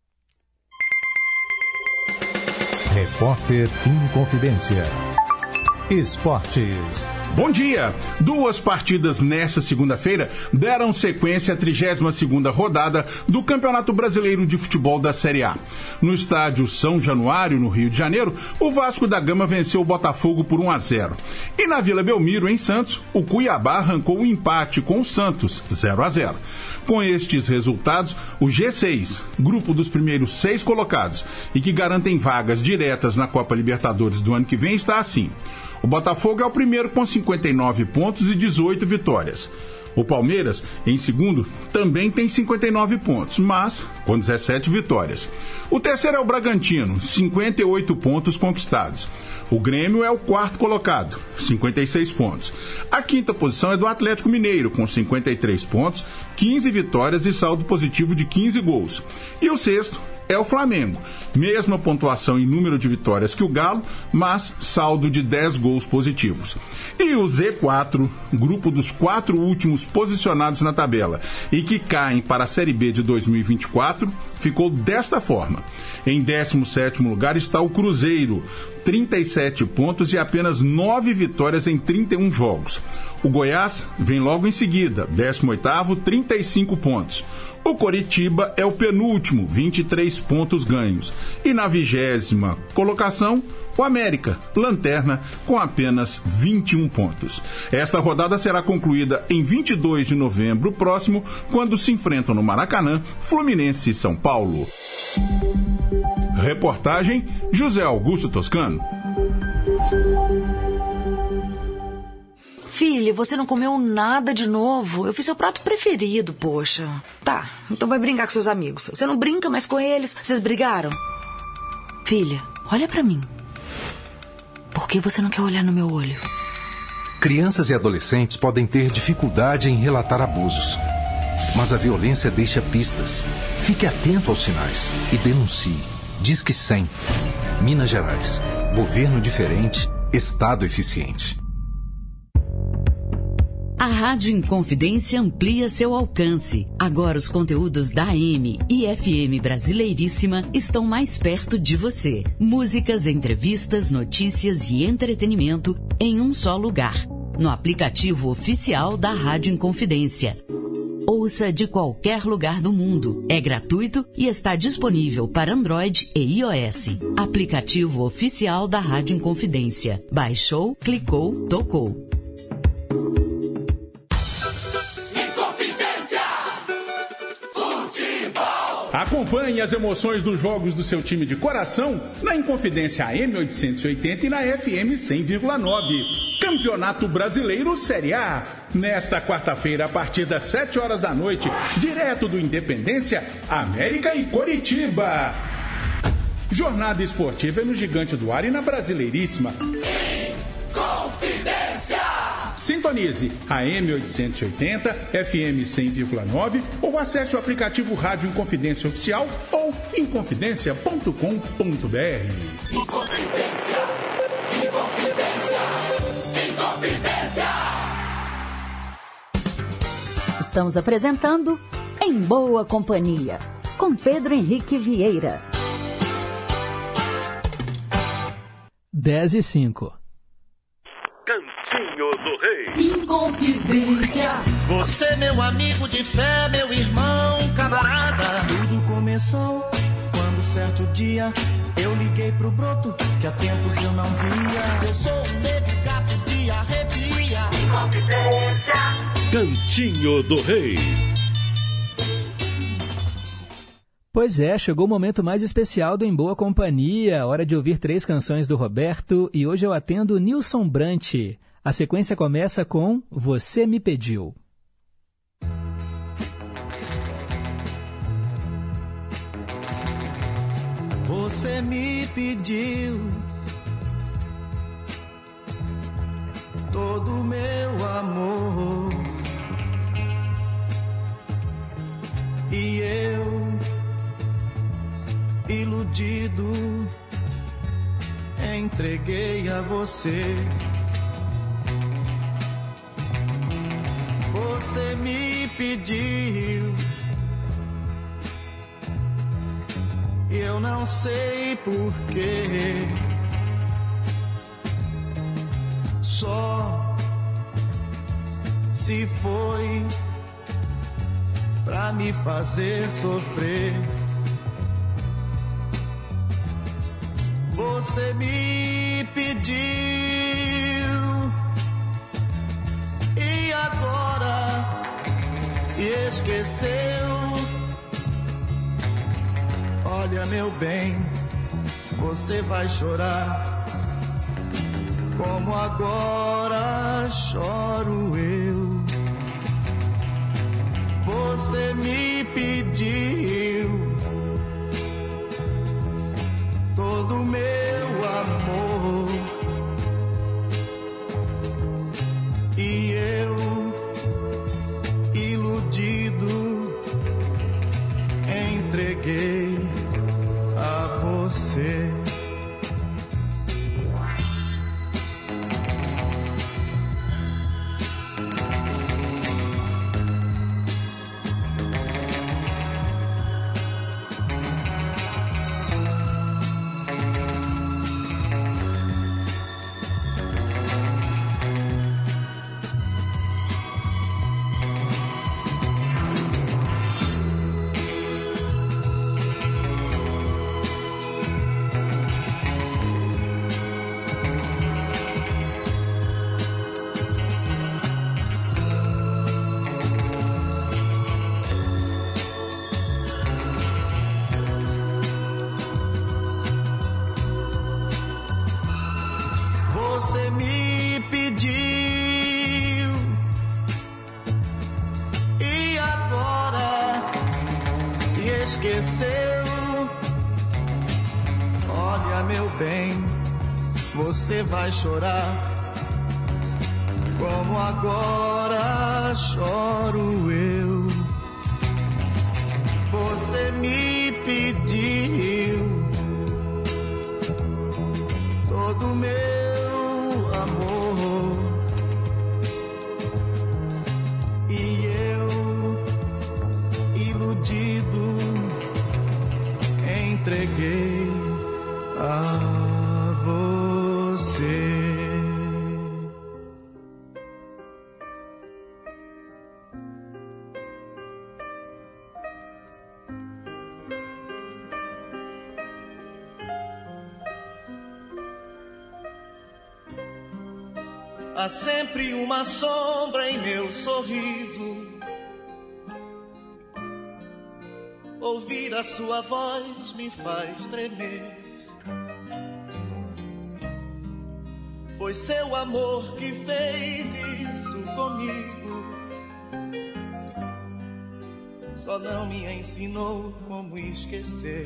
Repórter em Confidência. Esportes. Bom dia! 2 partidas nesta segunda-feira deram sequência à 32ª rodada do Campeonato Brasileiro de Futebol da Série A. No estádio São Januário, no Rio de Janeiro, o Vasco da Gama venceu o Botafogo por 1-0. E na Vila Belmiro, em Santos, o Cuiabá arrancou o empate com o Santos, 0-0. Com estes resultados, o G6, grupo dos primeiros 6 colocados e que garantem vagas diretas na Copa Libertadores do ano que vem, está assim. O Botafogo é o primeiro com 59 pontos e 18 vitórias. O Palmeiras, em segundo, também tem 59 pontos, mas com 17 vitórias. O terceiro é o Bragantino, 58 pontos conquistados. O Grêmio é o 4º colocado, 56 pontos. A 5ª posição é do Atlético Mineiro, com 53 pontos, 15 vitórias e saldo positivo de 15 gols. E o 6º é o Flamengo, mesma pontuação em número de vitórias que o Galo, mas saldo de 10 gols positivos. E o Z4, grupo dos 4 últimos posicionados na tabela e que caem para a Série B de 2024, ficou desta forma. Em 17º lugar está o Cruzeiro, 37 pontos e apenas 9 vitórias em 31 jogos. O Goiás vem logo em seguida, 18º, 35 pontos. O Coritiba é o penúltimo, 23 pontos ganhos. E na 20ª colocação, o América, lanterna, com apenas 21 pontos. Esta rodada será concluída em 22 de novembro próximo, quando se enfrentam no Maracanã, Fluminense e São Paulo. Reportagem José Augusto Toscano. Filha, você não comeu nada de novo. Eu fiz seu prato preferido, poxa. Tá, então vai brincar com seus amigos. Você não brinca mais com eles? Vocês brigaram? Filha, olha pra mim. Por que você não quer olhar no meu olho? Crianças e adolescentes podem ter dificuldade em relatar abusos. Mas a violência deixa pistas. Fique atento aos sinais e denuncie. Disque 100. Minas Gerais. Governo diferente, Estado eficiente. A Rádio Inconfidência amplia seu alcance. Agora os conteúdos da AM e FM Brasileiríssima estão mais perto de você. Músicas, entrevistas, notícias e entretenimento em um só lugar. No aplicativo oficial da Rádio Inconfidência. Ouça de qualquer lugar do mundo. É gratuito e está disponível para Android e iOS. Aplicativo oficial da Rádio Inconfidência. Baixou, clicou, tocou. Acompanhe as emoções dos jogos do seu time de coração na Inconfidência AM 880 e na FM 100,9. Campeonato Brasileiro Série A. Nesta quarta-feira, a partir das 7 horas da noite, direto do Independência, América e Coritiba. Jornada esportiva é no Gigante do Ar e na Brasileiríssima. Inconfidência! Sintonize AM 880, FM 100,9 ou acesse o aplicativo Rádio Inconfidência Oficial ou inconfidencia.com.br. Inconfidência! Inconfidência! Inconfidência! Estamos apresentando Em Boa Companhia, com Pedro Henrique Vieira. 10h05. Cantinho do Rei. Inconfidência. Você, meu amigo de fé, meu irmão, camarada. Tudo começou quando certo dia eu liguei pro broto que há tempos eu não via. Eu sou um negro gato de arrepia. Inconfidência. Cantinho do Rei. Pois é, chegou o momento mais especial do Em Boa Companhia, hora de ouvir 3 canções do Roberto, e hoje eu atendo Nilson Brant. A sequência começa com Você Me Pediu. Você me pediu todo o meu amor e eu, iludido, entreguei a você. Você me pediu e eu não sei porquê. Só se foi pra me fazer sofrer. Você me pediu e agora se esqueceu. Olha, meu bem, você vai chorar como agora choro eu. Você me pediu todo o meu amor e eu, iludido, entreguei a você. Você me pediu e agora se esqueceu. Olha, meu bem, você vai chorar como agora choro eu. Você me pediu todo o meu amor e eu, iludido, entreguei a você. Há sempre uma sombra em meu sorriso. Ouvir a sua voz me faz tremer. Foi seu amor que fez isso comigo. Só não me ensinou como esquecer.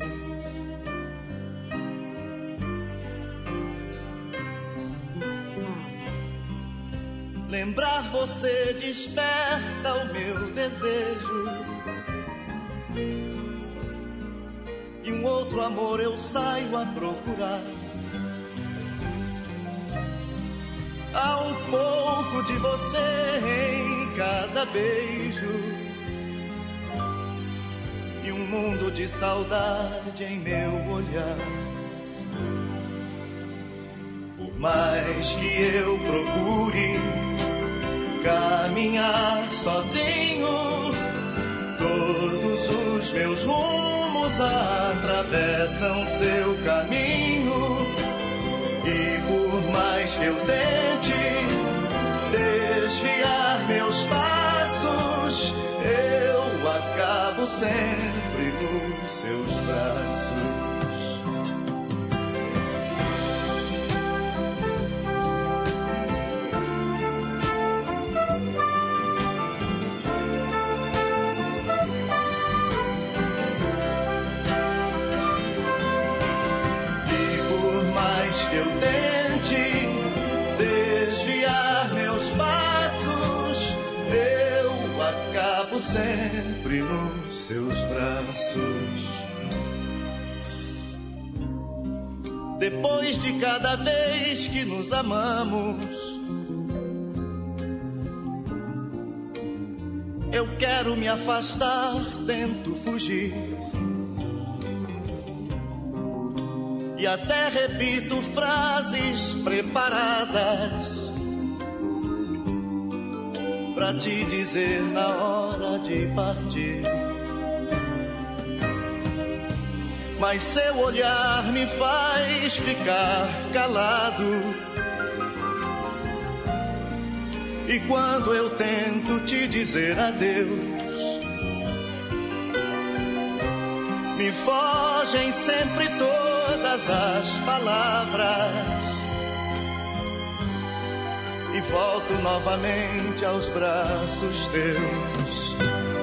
Lembrar você desperta o meu desejo. E um outro amor eu saio a procurar. Há um pouco de você em cada beijo e um mundo de saudade em meu olhar. Por mais que eu procure, caminhar sozinho. Todos os meus rumos atravessam seu caminho. E por mais que eu tente desviar meus passos, eu acabo sempre nos seus braços. Eu tente desviar meus passos, eu acabo sempre nos seus braços. Depois de cada vez que nos amamos, eu quero me afastar, tento fugir. E até repito frases preparadas pra te dizer na hora de partir. Mas seu olhar me faz ficar calado. E quando eu tento te dizer adeus, me fogem sempre todas as palavras e volto novamente aos braços teus.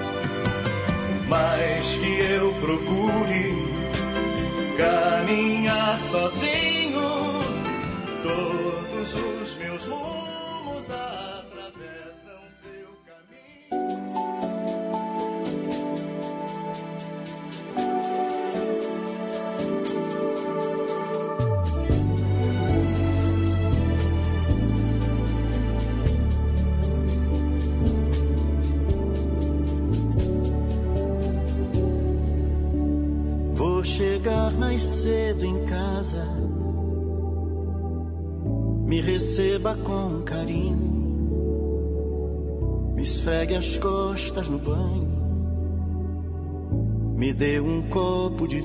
Mas que eu procure caminhar sozinho, todos os meus rumos atravessam seu caminho. Chegar mais cedo em casa, me receba com carinho, me esfregue as costas no banho, me dê um copo de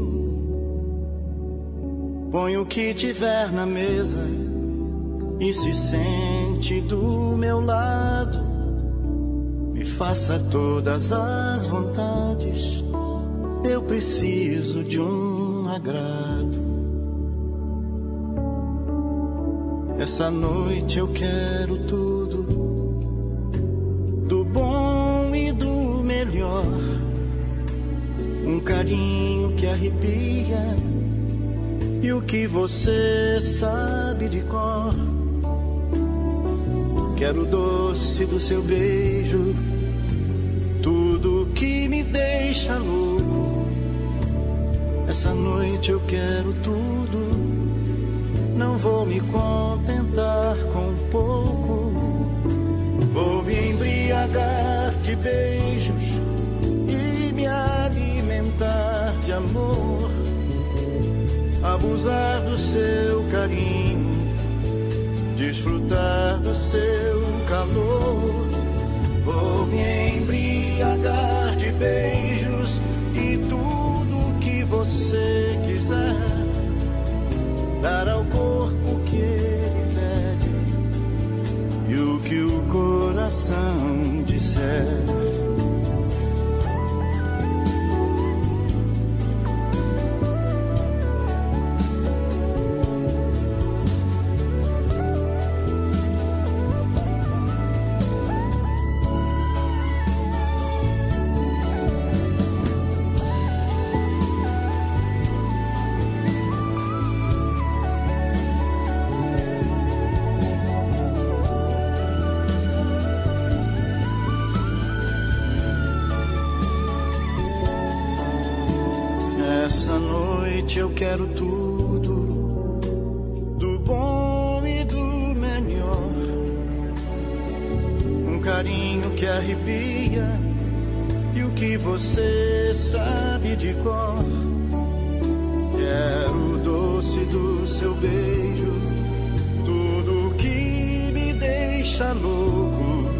vinho, põe o que tiver na mesa e se sente do meu lado, me faça todas as vontades. Eu preciso de um agrado. Essa noite eu quero tudo, do bom e do melhor. Um carinho que arrepia e o que você sabe de cor. Quero o doce do seu beijo, tudo que me deixa louco. Essa noite eu quero tudo, não vou me contentar com pouco. Vou me embriagar de beijos e me alimentar de amor, abusar do seu carinho, desfrutar do seu calor. Vou me embriagar de beijos e tudo que você quiser, dar ao corpo que ele pede e o que o coração disser. Eu quero tudo, do bom e do melhor. Um carinho que arrepia e o que você sabe de cor. Quero o doce do seu beijo, tudo que me deixa louco.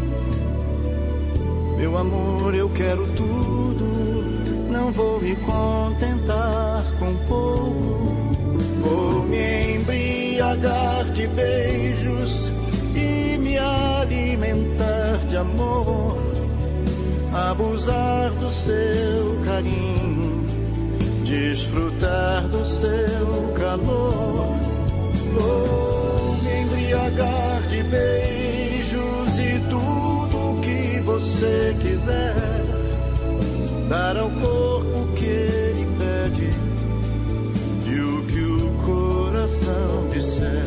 Meu amor, eu quero tudo, não vou me contentar com pouco. Vou me embriagar de beijos e me alimentar de amor, abusar do seu carinho, desfrutar do seu calor. Vou me embriagar de beijos e tudo o que você quiser, dar ao corpo o que ele pede e o que o coração disser.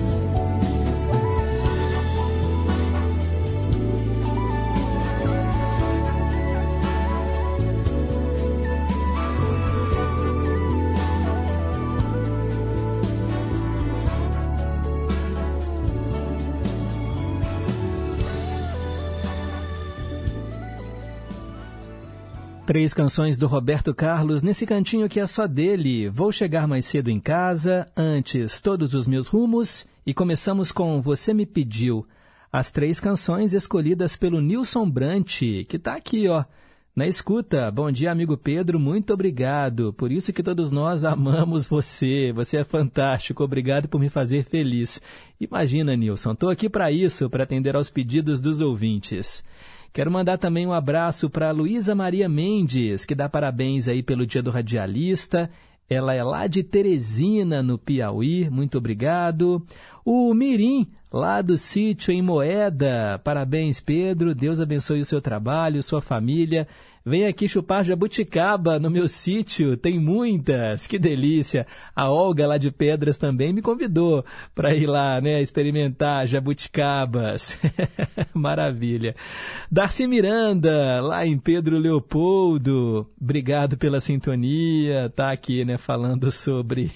Três canções do Roberto Carlos nesse cantinho que é só dele. Vou chegar mais cedo em casa, antes Todos os Meus Rumos e começamos com Você Me Pediu. As três canções escolhidas pelo Nilson Brant, que tá aqui, ó, na escuta. Bom dia, amigo Pedro, muito obrigado. Por isso que todos nós amamos você. Você é fantástico, obrigado por me fazer feliz. Imagina, Nilson, tô aqui para isso, para atender aos pedidos dos ouvintes. Quero mandar também um abraço para Luísa Maria Mendes, que dá parabéns aí pelo Dia do Radialista. Ela é lá de Teresina, no Piauí. Muito obrigado. O Mirim, lá do sítio em Moeda. Parabéns, Pedro. Deus abençoe o seu trabalho, sua família. Vem aqui chupar jabuticaba no meu sítio. Tem muitas. Que delícia. A Olga, lá de Pedras, também me convidou para ir lá, né, experimentar jabuticabas. Maravilha. Darcy Miranda, lá em Pedro Leopoldo. Obrigado pela sintonia. Tá aqui, né, falando sobre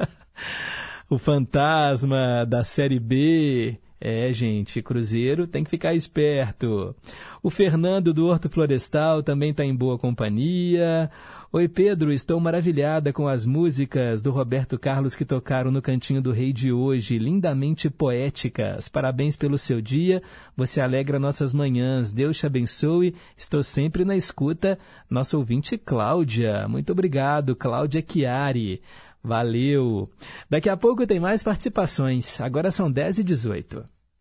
o fantasma da Série B. É, gente, Cruzeiro tem que ficar esperto. O Fernando do Horto Florestal também está em boa companhia. Oi, Pedro, estou maravilhada com as músicas do Roberto Carlos que tocaram no Cantinho do Rei de hoje, lindamente poéticas. Parabéns pelo seu dia, você alegra nossas manhãs. Deus te abençoe, estou sempre na escuta. Nossa ouvinte Cláudia, muito obrigado, Cláudia Chiari. Valeu. Daqui a pouco tem mais participações. Agora são 10h18.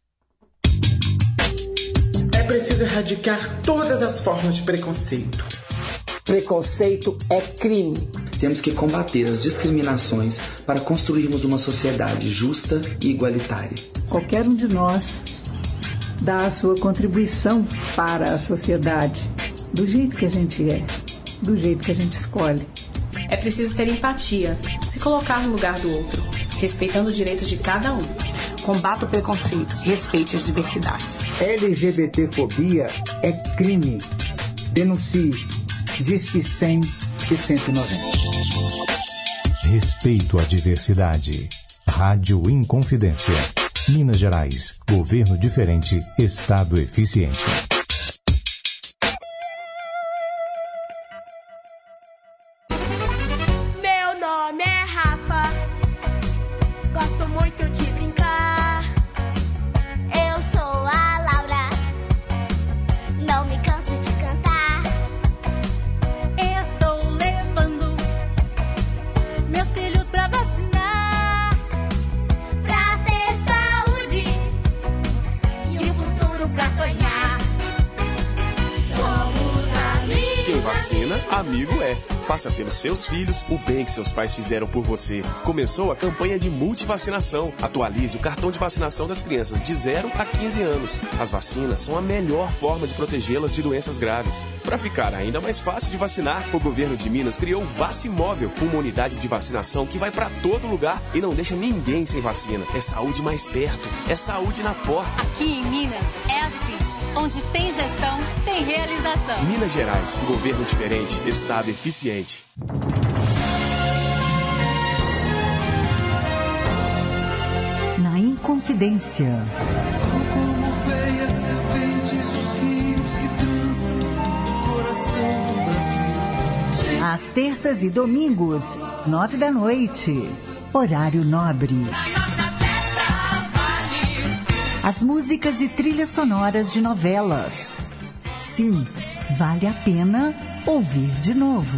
É preciso erradicar todas as formas de preconceito. Preconceito é crime. Temos que combater as discriminações para construirmos uma sociedade justa e igualitária. Qualquer um de nós dá a sua contribuição para a sociedade, do jeito que a gente é, do jeito que a gente escolhe. É preciso ter empatia, se colocar no lugar do outro, respeitando os direitos de cada um. Combata o preconceito, respeite as diversidades. LGBTfobia é crime. Denuncie. Disque 100 e 190. Respeito à diversidade. Rádio Inconfidência. Minas Gerais. Governo diferente. Estado eficiente. Meu nome é Rafa. Gosto muito de brincar. Eu sou a Laura. Não me canso de cantar. Estou levando meus filhos pra vacinar, Pra ter saúde e um futuro pra sonhar. Somos amigos. Quem vacina, amigo é. Faça pelos seus filhos o bem que seus pais fizeram por você. Começou a campanha de multivacinação. Atualize o cartão de vacinação das crianças de 0 a 15 anos. As vacinas são a melhor forma de protegê-las de doenças graves. Para ficar ainda mais fácil de vacinar, o governo de Minas criou o Vacimóvel, uma unidade de vacinação que vai para todo lugar e não deixa ninguém sem vacina. É saúde mais perto, é saúde na porta. Aqui em Minas é assim. Onde tem gestão, tem realização. Minas Gerais, governo diferente, estado eficiente. Na Inconfidência. São como veias serpentes os rios que trançam o coração do Brasil. Às terças e domingos, 21h. Horário nobre. As músicas e trilhas sonoras de novelas. Sim, vale a pena ouvir de novo.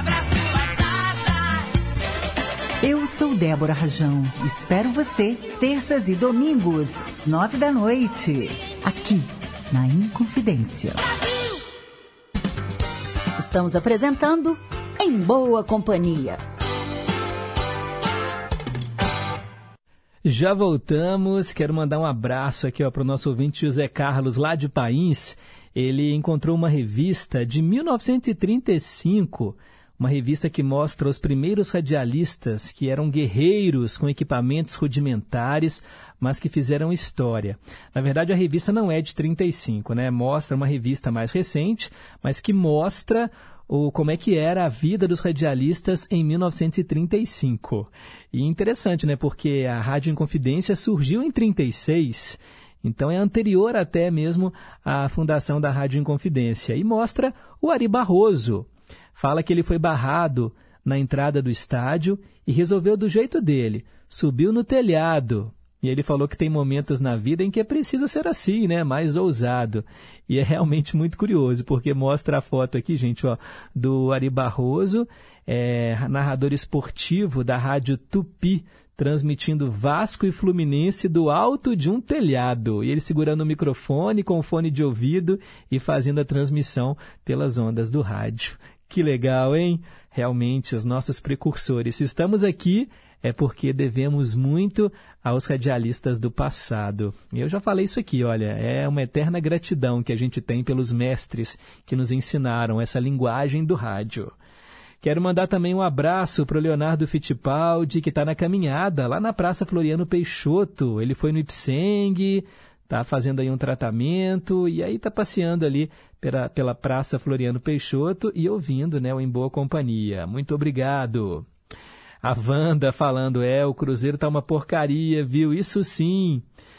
Eu sou Débora Rajão. Espero você terças e domingos, 9h, aqui na Inconfidência. Estamos apresentando Em Boa Companhia. Já voltamos. Quero mandar um abraço aqui para o nosso ouvinte José Carlos, lá de Pains. Ele encontrou uma revista de 1935, uma revista que mostra os primeiros radialistas que eram guerreiros com equipamentos rudimentares, mas que fizeram história. Na verdade, a revista não é de 35, né? Mostra uma revista mais recente, mas que mostra como é que era a vida dos radialistas em 1935. E interessante, né? Porque a Rádio Inconfidência surgiu em 36, então é anterior até mesmo à fundação da Rádio Inconfidência. E mostra o Ari Barroso. Fala que ele foi barrado na entrada do estádio e resolveu do jeito dele. Subiu no telhado. E ele falou que tem momentos na vida em que é preciso ser assim, né? Mais ousado. E é realmente muito curioso, porque mostra a foto aqui, gente, ó, do Ari Barroso, narrador esportivo da Rádio Tupi, transmitindo Vasco e Fluminense do alto de um telhado. E ele segurando o microfone com o fone de ouvido e fazendo a transmissão pelas ondas do rádio. Que legal, hein? Realmente, os nossos precursores. Se estamos aqui, é porque devemos muito aos radialistas do passado. Eu já falei isso aqui, olha, é uma eterna gratidão que a gente tem pelos mestres que nos ensinaram essa linguagem do rádio. Quero mandar também um abraço para o Leonardo Fittipaldi, que está na caminhada lá na Praça Floriano Peixoto. Ele foi no Ipseng, está fazendo aí um tratamento e aí está passeando ali pela Praça Floriano Peixoto e ouvindo, né, o Em Boa Companhia. Muito obrigado. A Wanda falando, o Cruzeiro tá uma porcaria, viu? Isso sim.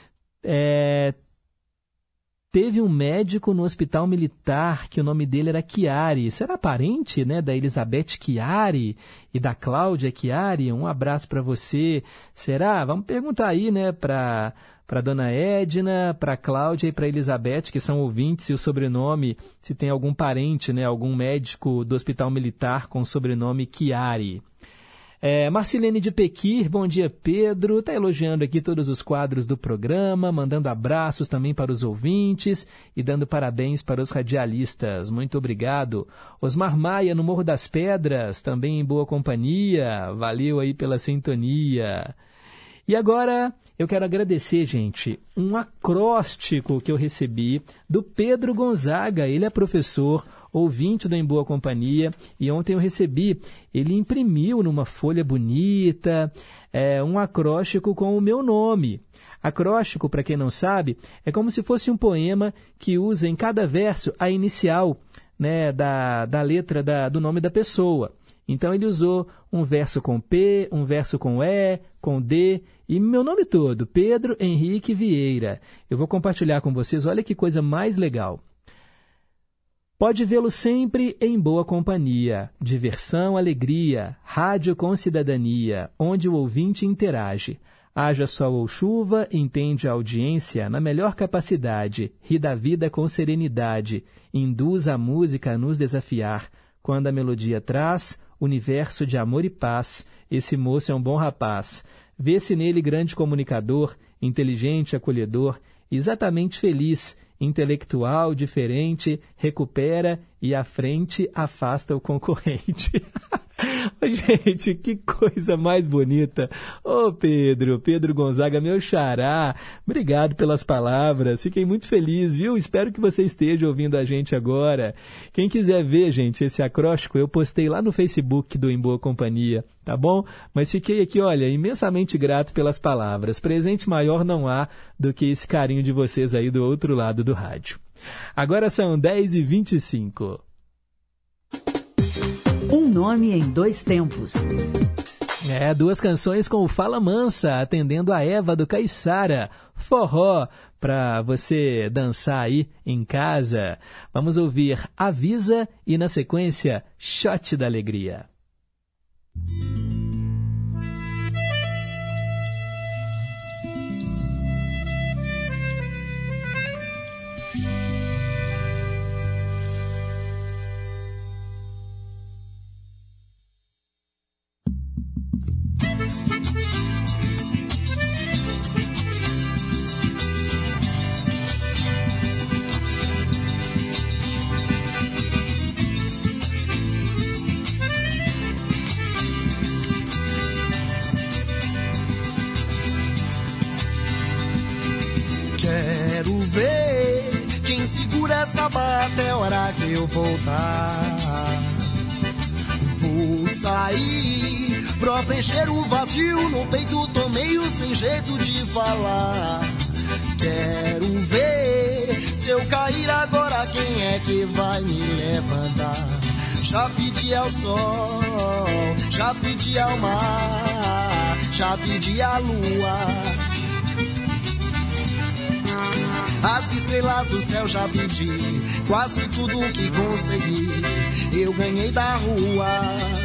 Teve um médico no Hospital Militar que o nome dele era Chiari. Será parente, né, da Elizabeth Chiari e da Cláudia Chiari? Um abraço para você. Será? Vamos perguntar aí, né, para dona Edna, para Cláudia e para Elizabeth, que são ouvintes, e o sobrenome, se tem algum parente, né, algum médico do Hospital Militar com o sobrenome Chiari. Marcilene de Pequir, bom dia, Pedro. Está elogiando aqui todos os quadros do programa, mandando abraços também para os ouvintes e dando parabéns para os radialistas. Muito obrigado. Osmar Maia, no Morro das Pedras, também em boa companhia. Valeu aí pela sintonia. E agora eu quero agradecer, gente, um acróstico que eu recebi do Pedro Gonzaga. Ele é professor, ouvinte do Em Boa Companhia, e ontem eu recebi, ele imprimiu numa folha bonita, um acróstico com o meu nome. Acróstico, para quem não sabe, é como se fosse um poema que usa em cada verso a inicial, né, da letra do nome da pessoa. Então ele usou um verso com P, um verso com E, com D e meu nome todo, Pedro Henrique Vieira. Eu vou compartilhar com vocês, olha que coisa mais legal. Pode vê-lo sempre em boa companhia, diversão, alegria, rádio com cidadania, onde o ouvinte interage. Haja sol ou chuva, entende a audiência na melhor capacidade, ri da vida com serenidade, induz a música a nos desafiar. Quando a melodia traz universo de amor e paz, esse moço é um bom rapaz. Vê-se nele grande comunicador, inteligente, acolhedor, exatamente feliz, intelectual, diferente, recupera e à frente afasta o concorrente. Gente, que coisa mais bonita. Ô Pedro Gonzaga, meu xará, obrigado pelas palavras, fiquei muito feliz, viu? Espero que você esteja ouvindo a gente agora. Quem quiser ver, gente, esse acróstico, eu postei lá no Facebook do Em Boa Companhia, tá bom? Mas fiquei aqui, olha, imensamente grato pelas palavras. Presente maior não há do que esse carinho de vocês aí do outro lado do rádio. Agora são 10h25. Um nome em dois tempos. Duas canções com o Fala Mansa, atendendo a Eva do Caiçara. Forró, para você dançar aí em casa. Vamos ouvir Avisa e, na sequência, Shot da Alegria. sapato, é hora que eu voltar. Vou sair pra preencher o vazio no peito, tô meio sem jeito de falar. Quero ver se eu cair agora, quem é que vai me levantar? Já pedi ao sol, já pedi ao mar, já pedi à lua. As estrelas do céu já pedi, quase tudo que consegui, eu ganhei da rua.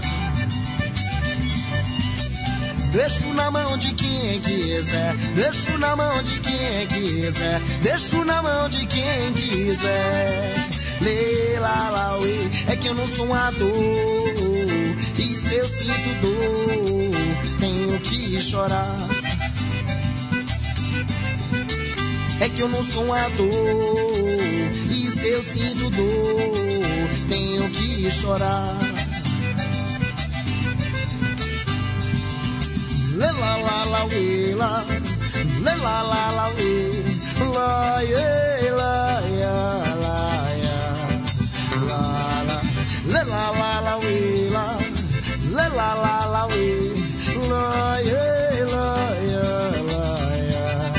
Deixo na mão de quem quiser, deixo na mão de quem quiser, deixo na mão de quem quiser. Lê, lá, lá, uê. É que eu não sou um ator, e se eu sinto dor, tenho que chorar. É que eu não sou um ator, e se eu sinto dor, tenho que chorar. Lê, lá, lá, lá, uê, lá. Lê, lá, lá, lá, uê. Lá, iê, lá, iá, lá, iá. Lá, lá. Lê, lá, lá, lá, uê, lá. Lê, lá, lá, lá, uê. Lá, iê, lá, iá, lá, iá.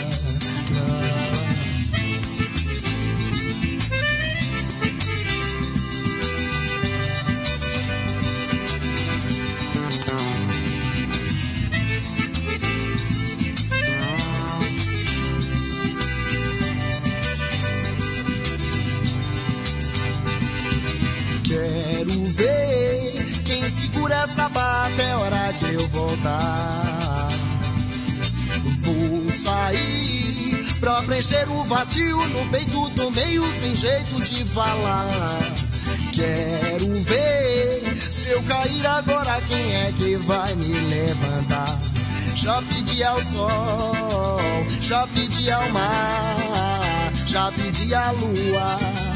Quero ver quem segura essa barra, é hora de eu voltar. Vou sair pra preencher o vazio no peito, tô meio sem jeito de falar. Quero ver se eu cair agora, quem é que vai me levantar? Já pedi ao sol, já pedi ao mar, já pedi à lua.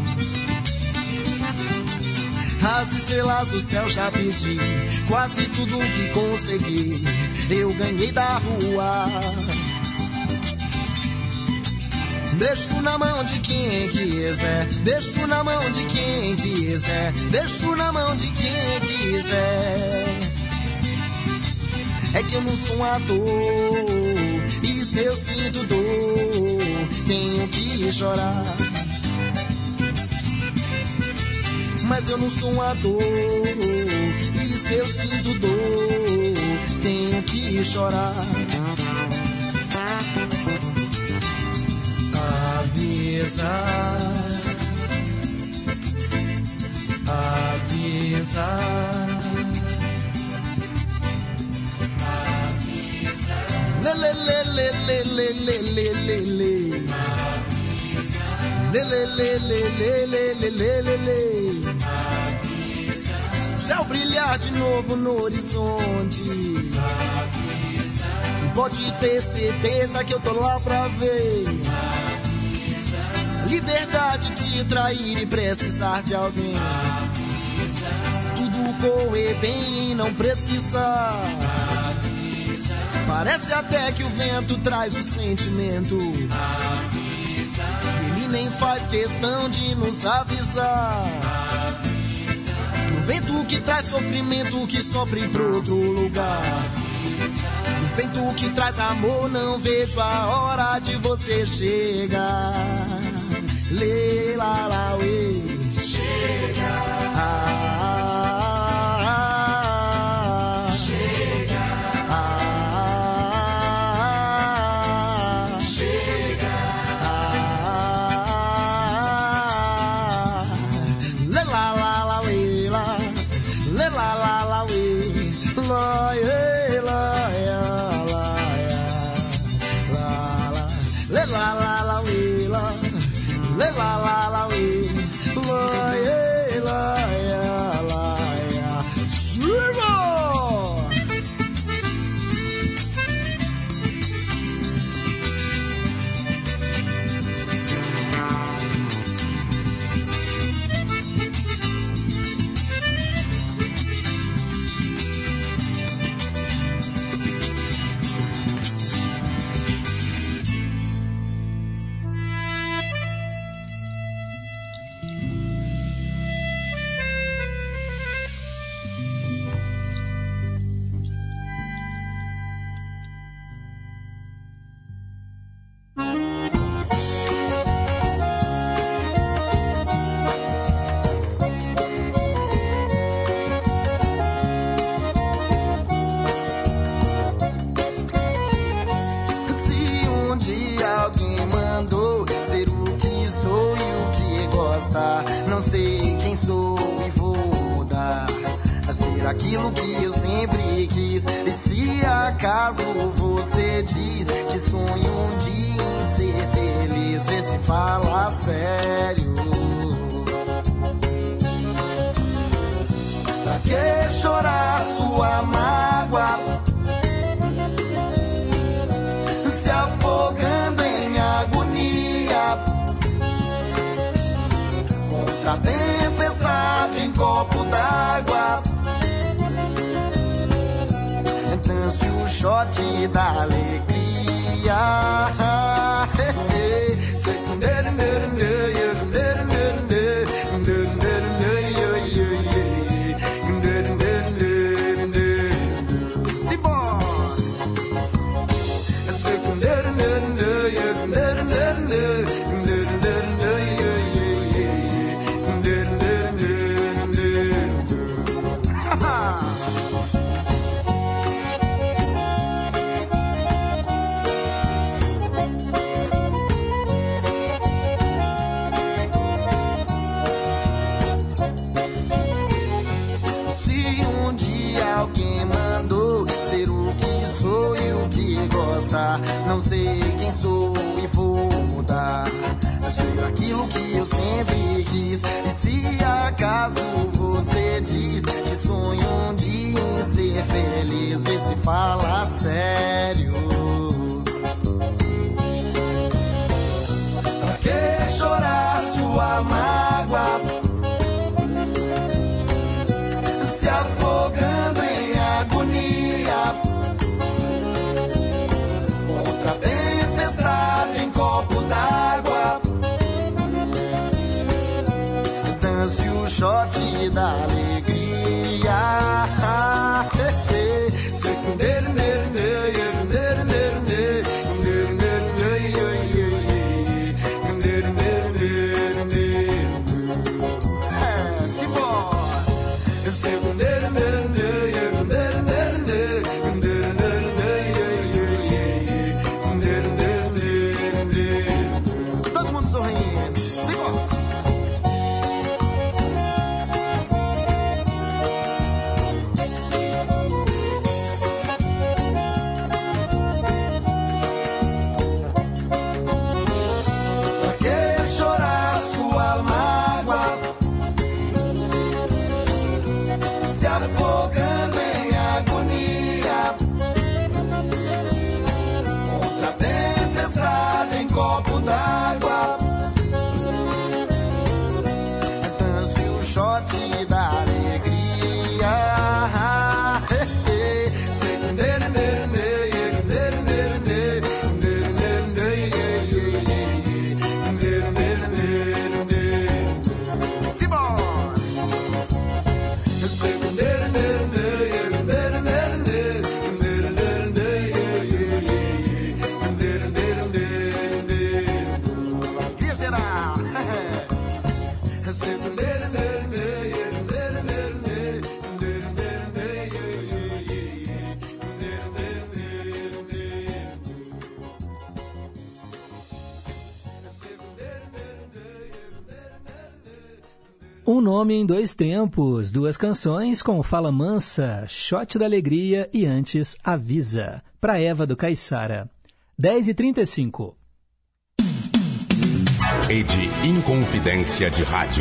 As estrelas do céu já pedi, quase tudo que consegui, eu ganhei da rua. Deixo na mão de quem quiser, deixo na mão de quem quiser, deixo na mão de quem quiser. É que eu não sou um ator, e se eu sinto dor, tenho que chorar. Mas eu não sou um ator, e se eu sinto dor, tenho que chorar. Avisa, avisa, avisa. Lê, lê, lê, lê, lê, lê, lê, lê, lê. Lê, lê, lê, lê, lê, lê, lê, lê, lê, lê. Céu brilhar de novo no horizonte. Pode ter certeza que eu tô lá pra ver. Se a liberdade te trair e precisar de alguém, se tudo correr bem e não precisar, parece até que o vento traz o sentimento. Ele nem faz questão de nos avisar. O vento que traz sofrimento, que sofre pro outro lugar. O vento que traz amor, não vejo a hora de você chegar. Lê, lá, lá, uê. Chega. ser aquilo que eu sempre quis. E se acaso você diz que sonha um dia em ser feliz, vê se fala sério. Pra que chorar sua mágoa, se afogando em agonia, contra a tempestade em copo d'água? Dance o shot da alegria. Não sei quem sou e vou mudar, ser aquilo que eu sempre quis. E se acaso você diz que sonha um dia em ser feliz, vê se fala sério. Pra que chorar sua mágoa, se afogando em agonia, a tempestade em copo d'água? Dance o shot da alegria. Um nome em dois tempos, duas canções com Fala Mansa, Shot da Alegria e antes Avisa, pra Eva do Caiçara. 10h35. Rede Inconfidência de Rádio.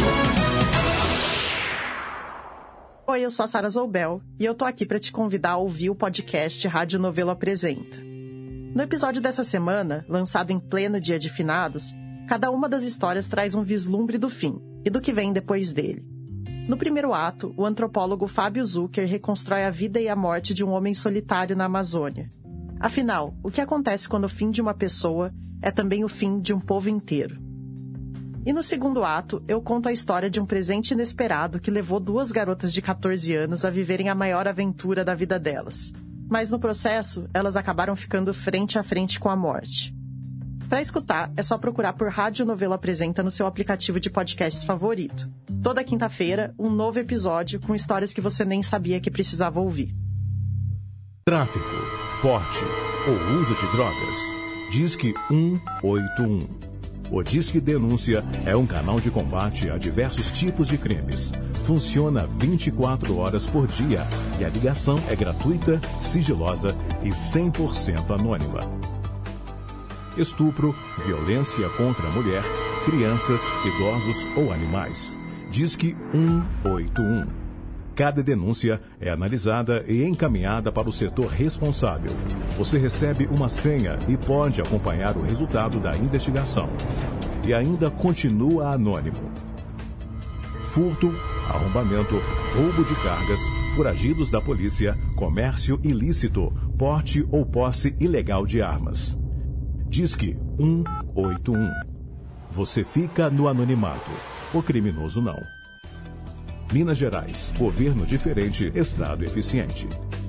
Oi, eu sou a Sara Zoubel e eu tô aqui para te convidar a ouvir o podcast Rádio Novelo Apresenta. No episódio dessa semana, lançado em pleno Dia de Finados, cada uma das histórias traz um vislumbre do fim e do que vem depois dele. No primeiro ato, o antropólogo Fábio Zucker reconstrói a vida e a morte de um homem solitário na Amazônia. Afinal, o que acontece quando o fim de uma pessoa é também o fim de um povo inteiro? E no segundo ato, eu conto a história de um presente inesperado que levou duas garotas de 14 anos a viverem a maior aventura da vida delas. Mas no processo, elas acabaram ficando frente a frente com a morte. Para escutar, é só procurar por Rádio Novelo Apresenta no seu aplicativo de podcasts favorito. Toda quinta-feira, um novo episódio com histórias que você nem sabia que precisava ouvir. Tráfico, porte ou uso de drogas. Disque 181. O Disque Denúncia é um canal de combate a diversos tipos de crimes. Funciona 24 horas por dia e a ligação é gratuita, sigilosa e 100% anônima. Estupro, violência contra a mulher, crianças, idosos ou animais. Disque 181. Cada denúncia é analisada e encaminhada para o setor responsável. Você recebe uma senha e pode acompanhar o resultado da investigação. E ainda continua anônimo. Furto, arrombamento, roubo de cargas, foragidos da polícia, comércio ilícito, porte ou posse ilegal de armas. Disque 181. Você fica no anonimato. O criminoso não. Minas Gerais. Governo diferente, Estado eficiente.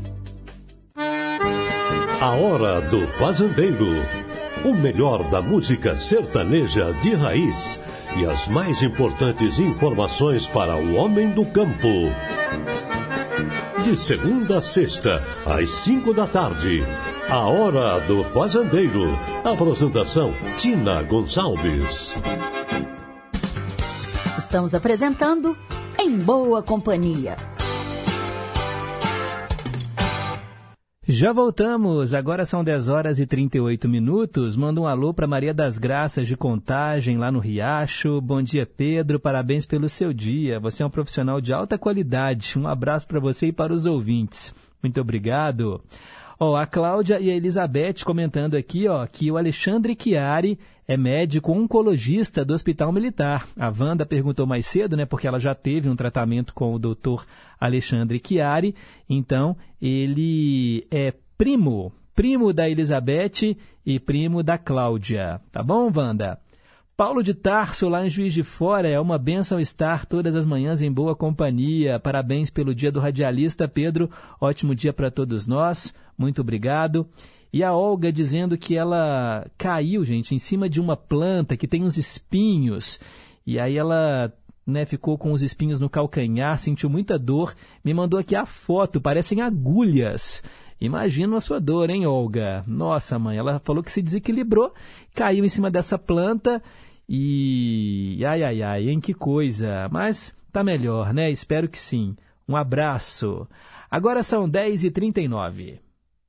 A Hora do Fazendeiro. O melhor da música sertaneja de raiz e as mais importantes informações para o homem do campo. De segunda a sexta, às 5 da tarde. A Hora do Fazendeiro. Apresentação: Tina Gonçalves. Estamos apresentando Em Boa Companhia. Já voltamos, agora são 10 horas e 38 minutos. Manda um alô para Maria das Graças de Contagem, lá no Riacho. Bom dia, Pedro, parabéns pelo seu dia. Você é um profissional de alta qualidade. Um abraço para você e para os ouvintes. Muito obrigado. A Cláudia e a Elizabeth comentando aqui que o Alexandre Chiari é médico oncologista do Hospital Militar. A Wanda perguntou mais cedo, porque ela já teve um tratamento com o doutor Alexandre Chiari. Então, ele é primo da Elizabeth e primo da Cláudia. Tá bom, Wanda? Paulo de Tarso, lá em Juiz de Fora, é uma bênção estar todas as manhãs em boa companhia. Parabéns pelo dia do radialista, Pedro. Ótimo dia para todos nós. Muito obrigado. E a Olga dizendo que ela caiu, gente, em cima de uma planta que tem uns espinhos. E aí ela ficou com os espinhos no calcanhar, sentiu muita dor. Me mandou aqui a foto, parecem agulhas. Imagina a sua dor, hein, Olga? Nossa, mãe, ela falou que se desequilibrou, caiu em cima dessa planta e... Ai, hein, que coisa. Mas tá melhor, né? Espero que sim. Um abraço. Agora são 10h39.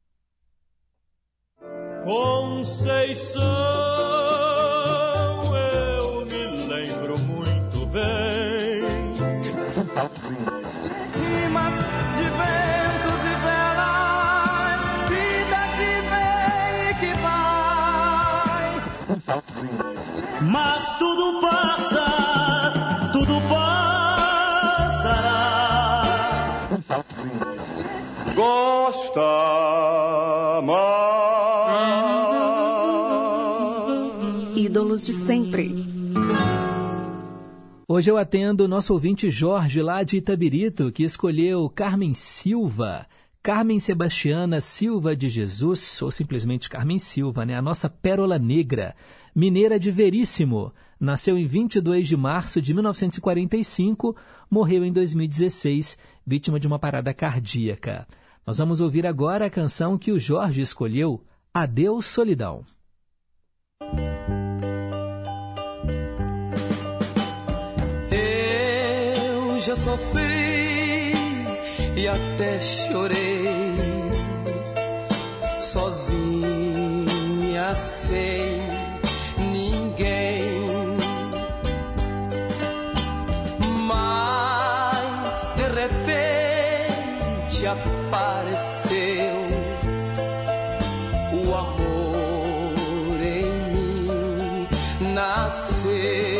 Conceição, eu me lembro muito bem. Rimas de ventos e velas, vida que vem e que vai. Mas tudo passa, tudo passará. Gosta mais. Ídolos de sempre. Hoje eu atendo o nosso ouvinte Jorge, lá de Itabirito, que escolheu Carmen Silva. Carmen Sebastiana Silva de Jesus, ou simplesmente Carmen Silva, a nossa pérola negra, mineira de Veríssimo. Nasceu em 22 de março de 1945, morreu em 2016, vítima de uma parada cardíaca. Nós vamos ouvir agora a canção que o Jorge escolheu, Adeus Solidão. Eu já sofri e até chorei, sozinha, sem ninguém. Mas de repente apareceu o amor em mim, nasceu.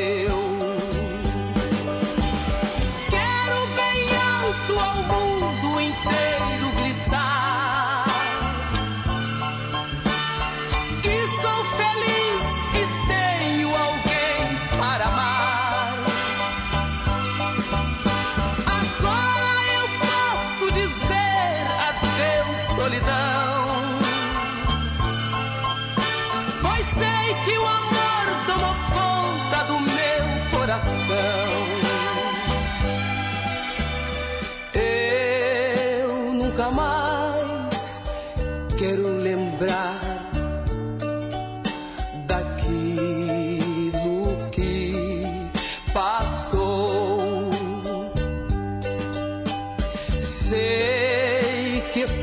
Eu nunca mais quero lembrar daquilo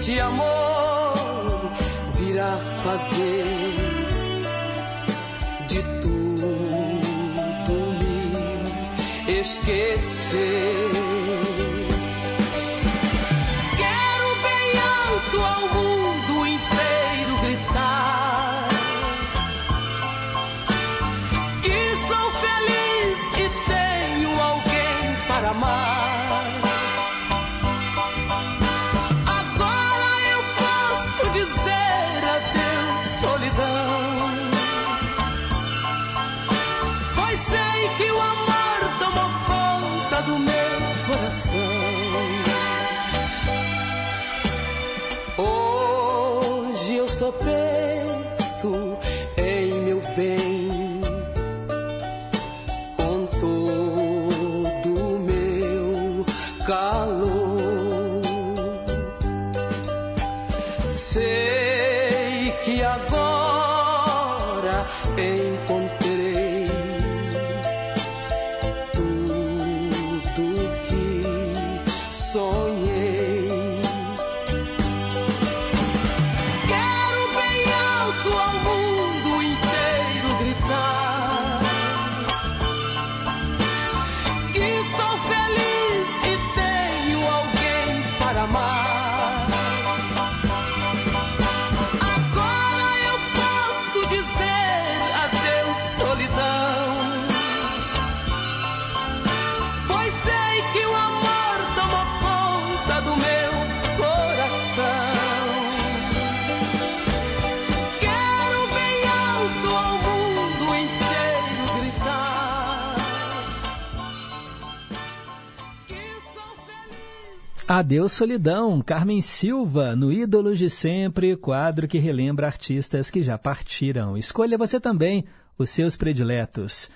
de amor virá fazer de tudo me esquecer. Quero bem alto ao mundo inteiro gritar que sou feliz e tenho alguém para amar. Hoje eu só penso em meu bem, com todo o meu calor. Sei que agora encontrei tudo que sonhei. Adeus Solidão, Carmen Silva, no Ídolos de Sempre, quadro que relembra artistas que já partiram. Escolha você também os seus prediletos.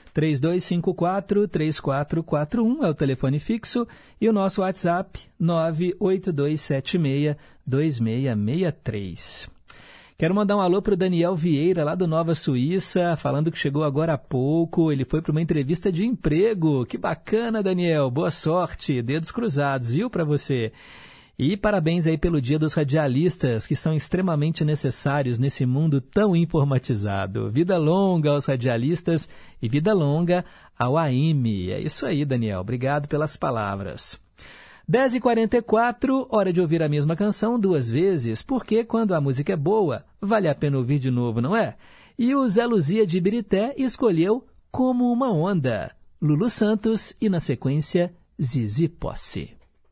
3254-3441 é o telefone fixo e o nosso WhatsApp 98276-2663. Quero mandar um alô para o Daniel Vieira, lá do Nova Suíça, falando que chegou agora há pouco. Ele foi para uma entrevista de emprego. Que bacana, Daniel. Boa sorte. Dedos cruzados, viu, para você. E parabéns aí pelo Dia dos Radialistas, que são extremamente necessários nesse mundo tão informatizado. Vida longa aos radialistas e vida longa ao AM. É isso aí, Daniel. Obrigado pelas palavras. 10h44, hora de ouvir a mesma canção duas vezes, porque quando a música é boa, vale a pena ouvir de novo, não é? E o Zé Luzia de Ibirité escolheu Como uma Onda, Lulu Santos e, na sequência, Zizi Posse.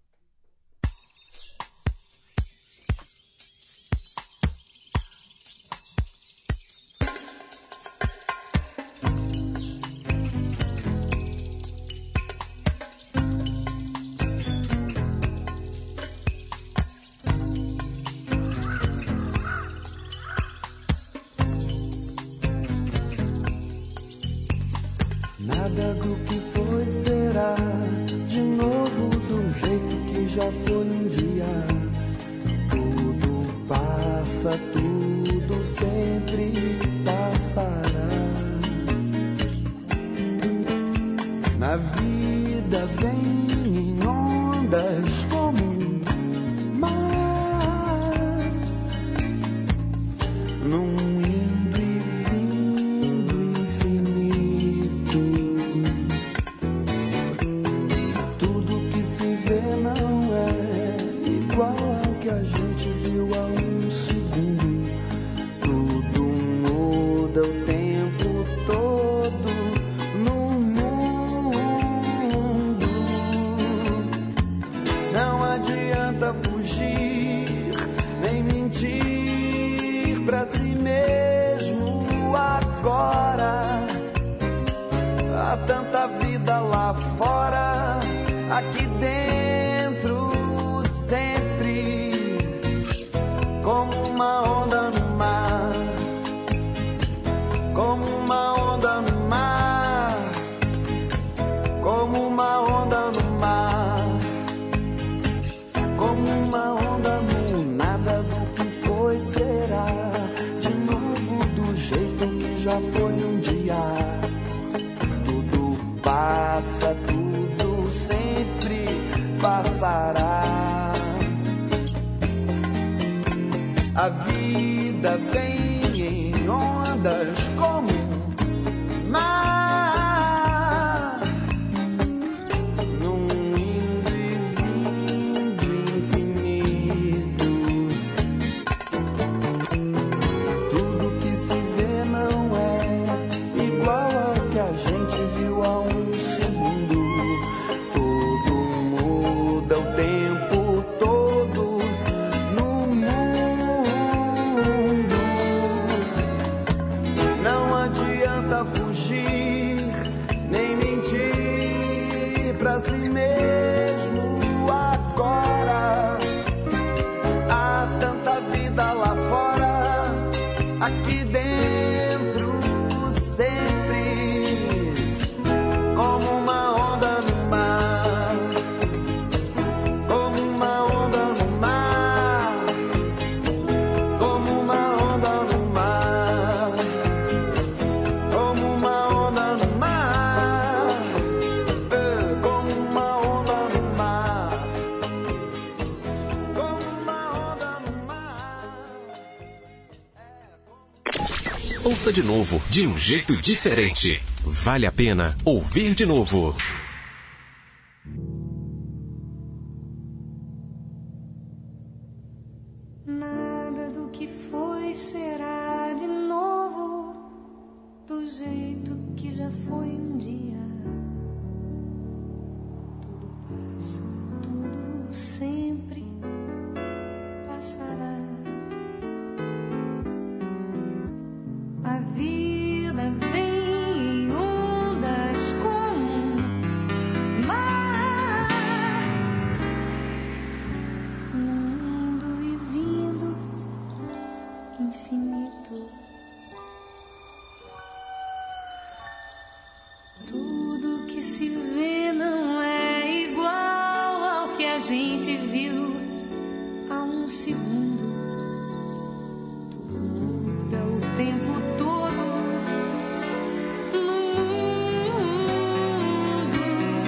Nada do que foi será de novo do jeito que já foi um dia. Tudo passa, tudo sempre passará. Na vida vem em ondas como um mar, num indo e vindo infinito. Tudo que se vê não é igual ao que a gente viu há um segundo. Tudo muda o tempo todo no mundo. Não adianta fugir nem mentir pra si mesmo agora. Há tanta vida lá fora, aqui dentro sempre, como uma onda no mar, como uma onda no mar, como uma onda no mar, como uma onda no nada do que foi será, de novo do jeito que já foi um dia. Tudo passa, tudo sempre passará. A vida vem em ondas como mar, num indo e vindo infinito. Tudo que se vê não é igual ao que a gente viu há um segundo. Tudo muda o tempo todo no mundo. Não adianta fugir nem mentir pra si mesmo agora. Há tanta vida lá fora, aqui dentro sempre, como uma onda no mar, como uma onda no mar, como uma onda no mar, como uma onda no mar, como uma onda no mar, como uma onda no mar. Ouça de novo, de um jeito diferente. Vale a pena ouvir de novo. Nada do que foi será de novo, do jeito que já foi um dia. Tudo passa, tudo sempre passará. A vida vem em ondas como um mar, indo e vindo infinito. Tudo que se vê não é igual ao que a gente viu há um segundo. Tudo muda o tempo todo no mundo.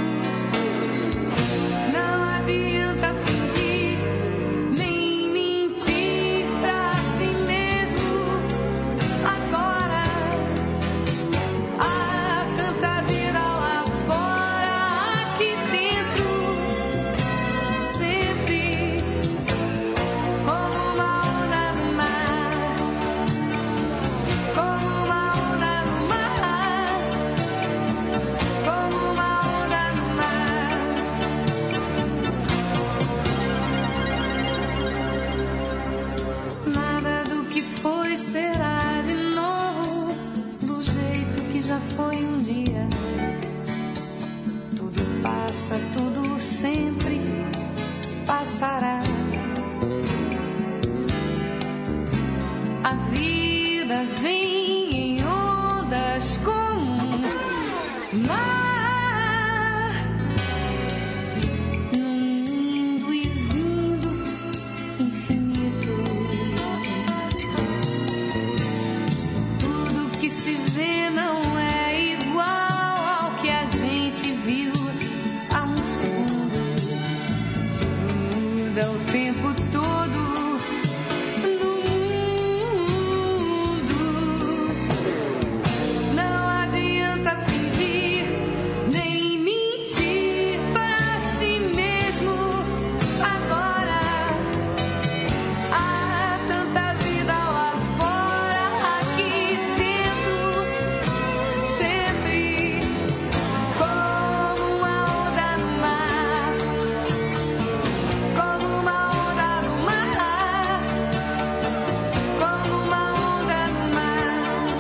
Não adianta fingir nem mentir pra si mesmo agora. Há tanta vida lá fora, aqui dentro sempre, como uma onda no mar, como uma onda no mar, como uma onda no mar. Nada do que foi será de novo, do jeito que já foi um dia. Tudo passa, tudo sempre passará. A vida vem em ondas como um mar, num indo e vindo infinito. Tudo que se vê não é igual ao que a gente viu há um segundo. Muda o tempo todo no mundo. Não adianta fingir nem mentir pra si mesmo agora. Há tanta vida lá fora, aqui dentro sempre, como uma onda no mar, como uma onda no mar, como uma onda no mar.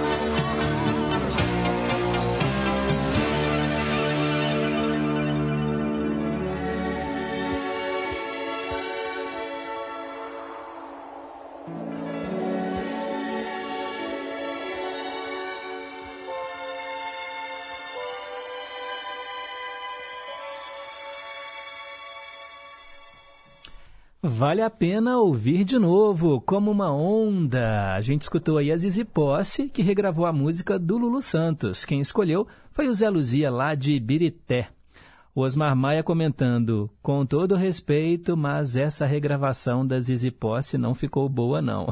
Vale a pena ouvir de novo, como uma onda. A gente escutou aí a Zizi Posse, que regravou a música do Lulu Santos. Quem escolheu foi o Zé Luzia, lá de Ibirité. O Osmar Maia comentando, com todo respeito, mas essa regravação da Zizi Posse não ficou boa, não.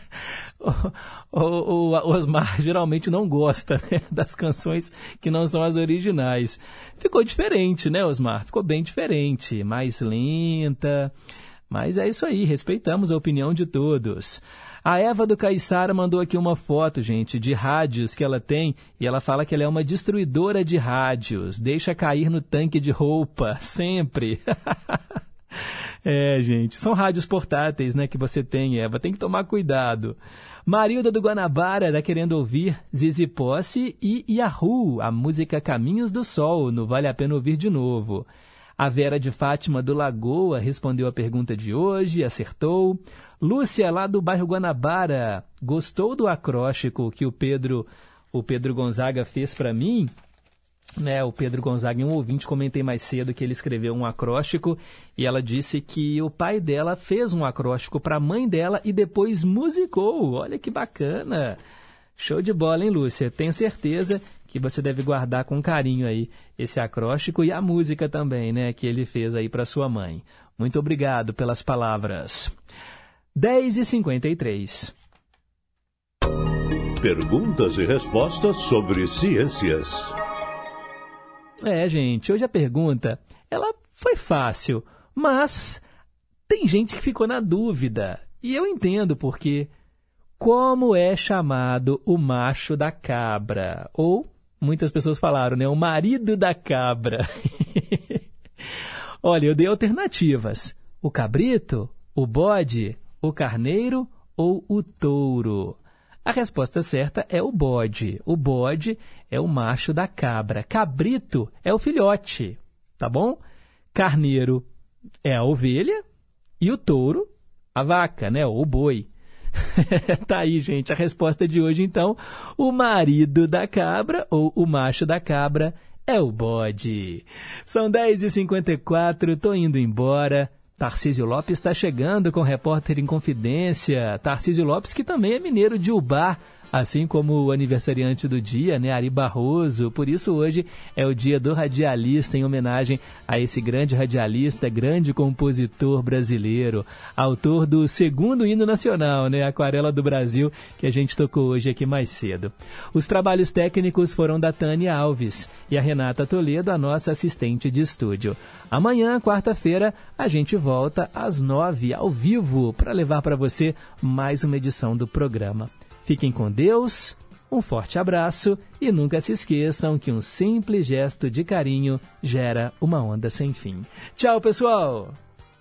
o Osmar geralmente não gosta, né, das canções que não são as originais. Ficou diferente, né, Osmar? Ficou bem diferente, mais lenta. Mas é isso aí, respeitamos a opinião de todos. A Eva do Caiçara mandou aqui uma foto, gente, de rádios que ela tem, e ela fala que ela é uma destruidora de rádios, deixa cair no tanque de roupa, sempre. Gente, são rádios portáteis, né, que você tem, Eva, tem que tomar cuidado. Marilda do Guanabara está querendo ouvir Zizi Posse e Yahoo, a música Caminhos do Sol, no Vale a Pena Ouvir de Novo. A Vera de Fátima do Lagoa respondeu a pergunta de hoje, acertou. Lúcia, lá do bairro Guanabara, gostou do acróstico que o Pedro Gonzaga fez para mim? Né, o Pedro Gonzaga, um ouvinte, comentei mais cedo que ele escreveu um acróstico e ela disse que o pai dela fez um acróstico para a mãe dela e depois musicou. Olha que bacana! Show de bola, hein, Lúcia? Tenho certeza que você deve guardar com carinho aí esse acróstico e a música também, né, que ele fez aí para sua mãe. Muito obrigado pelas palavras. 10h53. Perguntas e respostas sobre ciências. Gente, hoje a pergunta, ela foi fácil, mas tem gente que ficou na dúvida. E eu entendo porque. Como é chamado o macho da cabra? Ou, muitas pessoas falaram, né, o marido da cabra. Olha, eu dei alternativas. O cabrito, o bode, o carneiro ou o touro? A resposta certa é o bode. O bode é o macho da cabra. Cabrito é o filhote, tá bom? Carneiro é a ovelha e o touro, a vaca, né, ou o boi. Tá aí, gente, a resposta de hoje, então. O marido da cabra ou o macho da cabra é o bode. São 10h54, tô indo embora. Tarcísio Lopes está chegando com o Repórter em Confidência. Tarcísio Lopes, que também é mineiro de Ubá, assim como o aniversariante do dia, né, Ari Barroso. Por isso hoje é o dia do radialista, em homenagem a esse grande radialista, grande compositor brasileiro, autor do 2º hino nacional, né, Aquarela do Brasil, que a gente tocou hoje aqui mais cedo. Os trabalhos técnicos foram da Tânia Alves e a Renata Toledo, a nossa assistente de estúdio. Amanhã, quarta-feira, a gente volta às 9h ao vivo para levar para você mais uma edição do programa. Fiquem com Deus, um forte abraço e nunca se esqueçam que um simples gesto de carinho gera uma onda sem fim. Tchau, pessoal!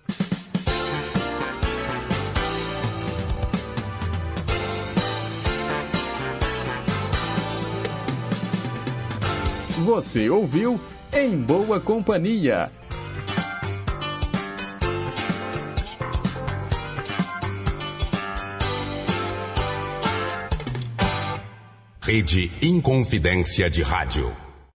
Você ouviu Em Boa Companhia. Rede Inconfidência de Rádio.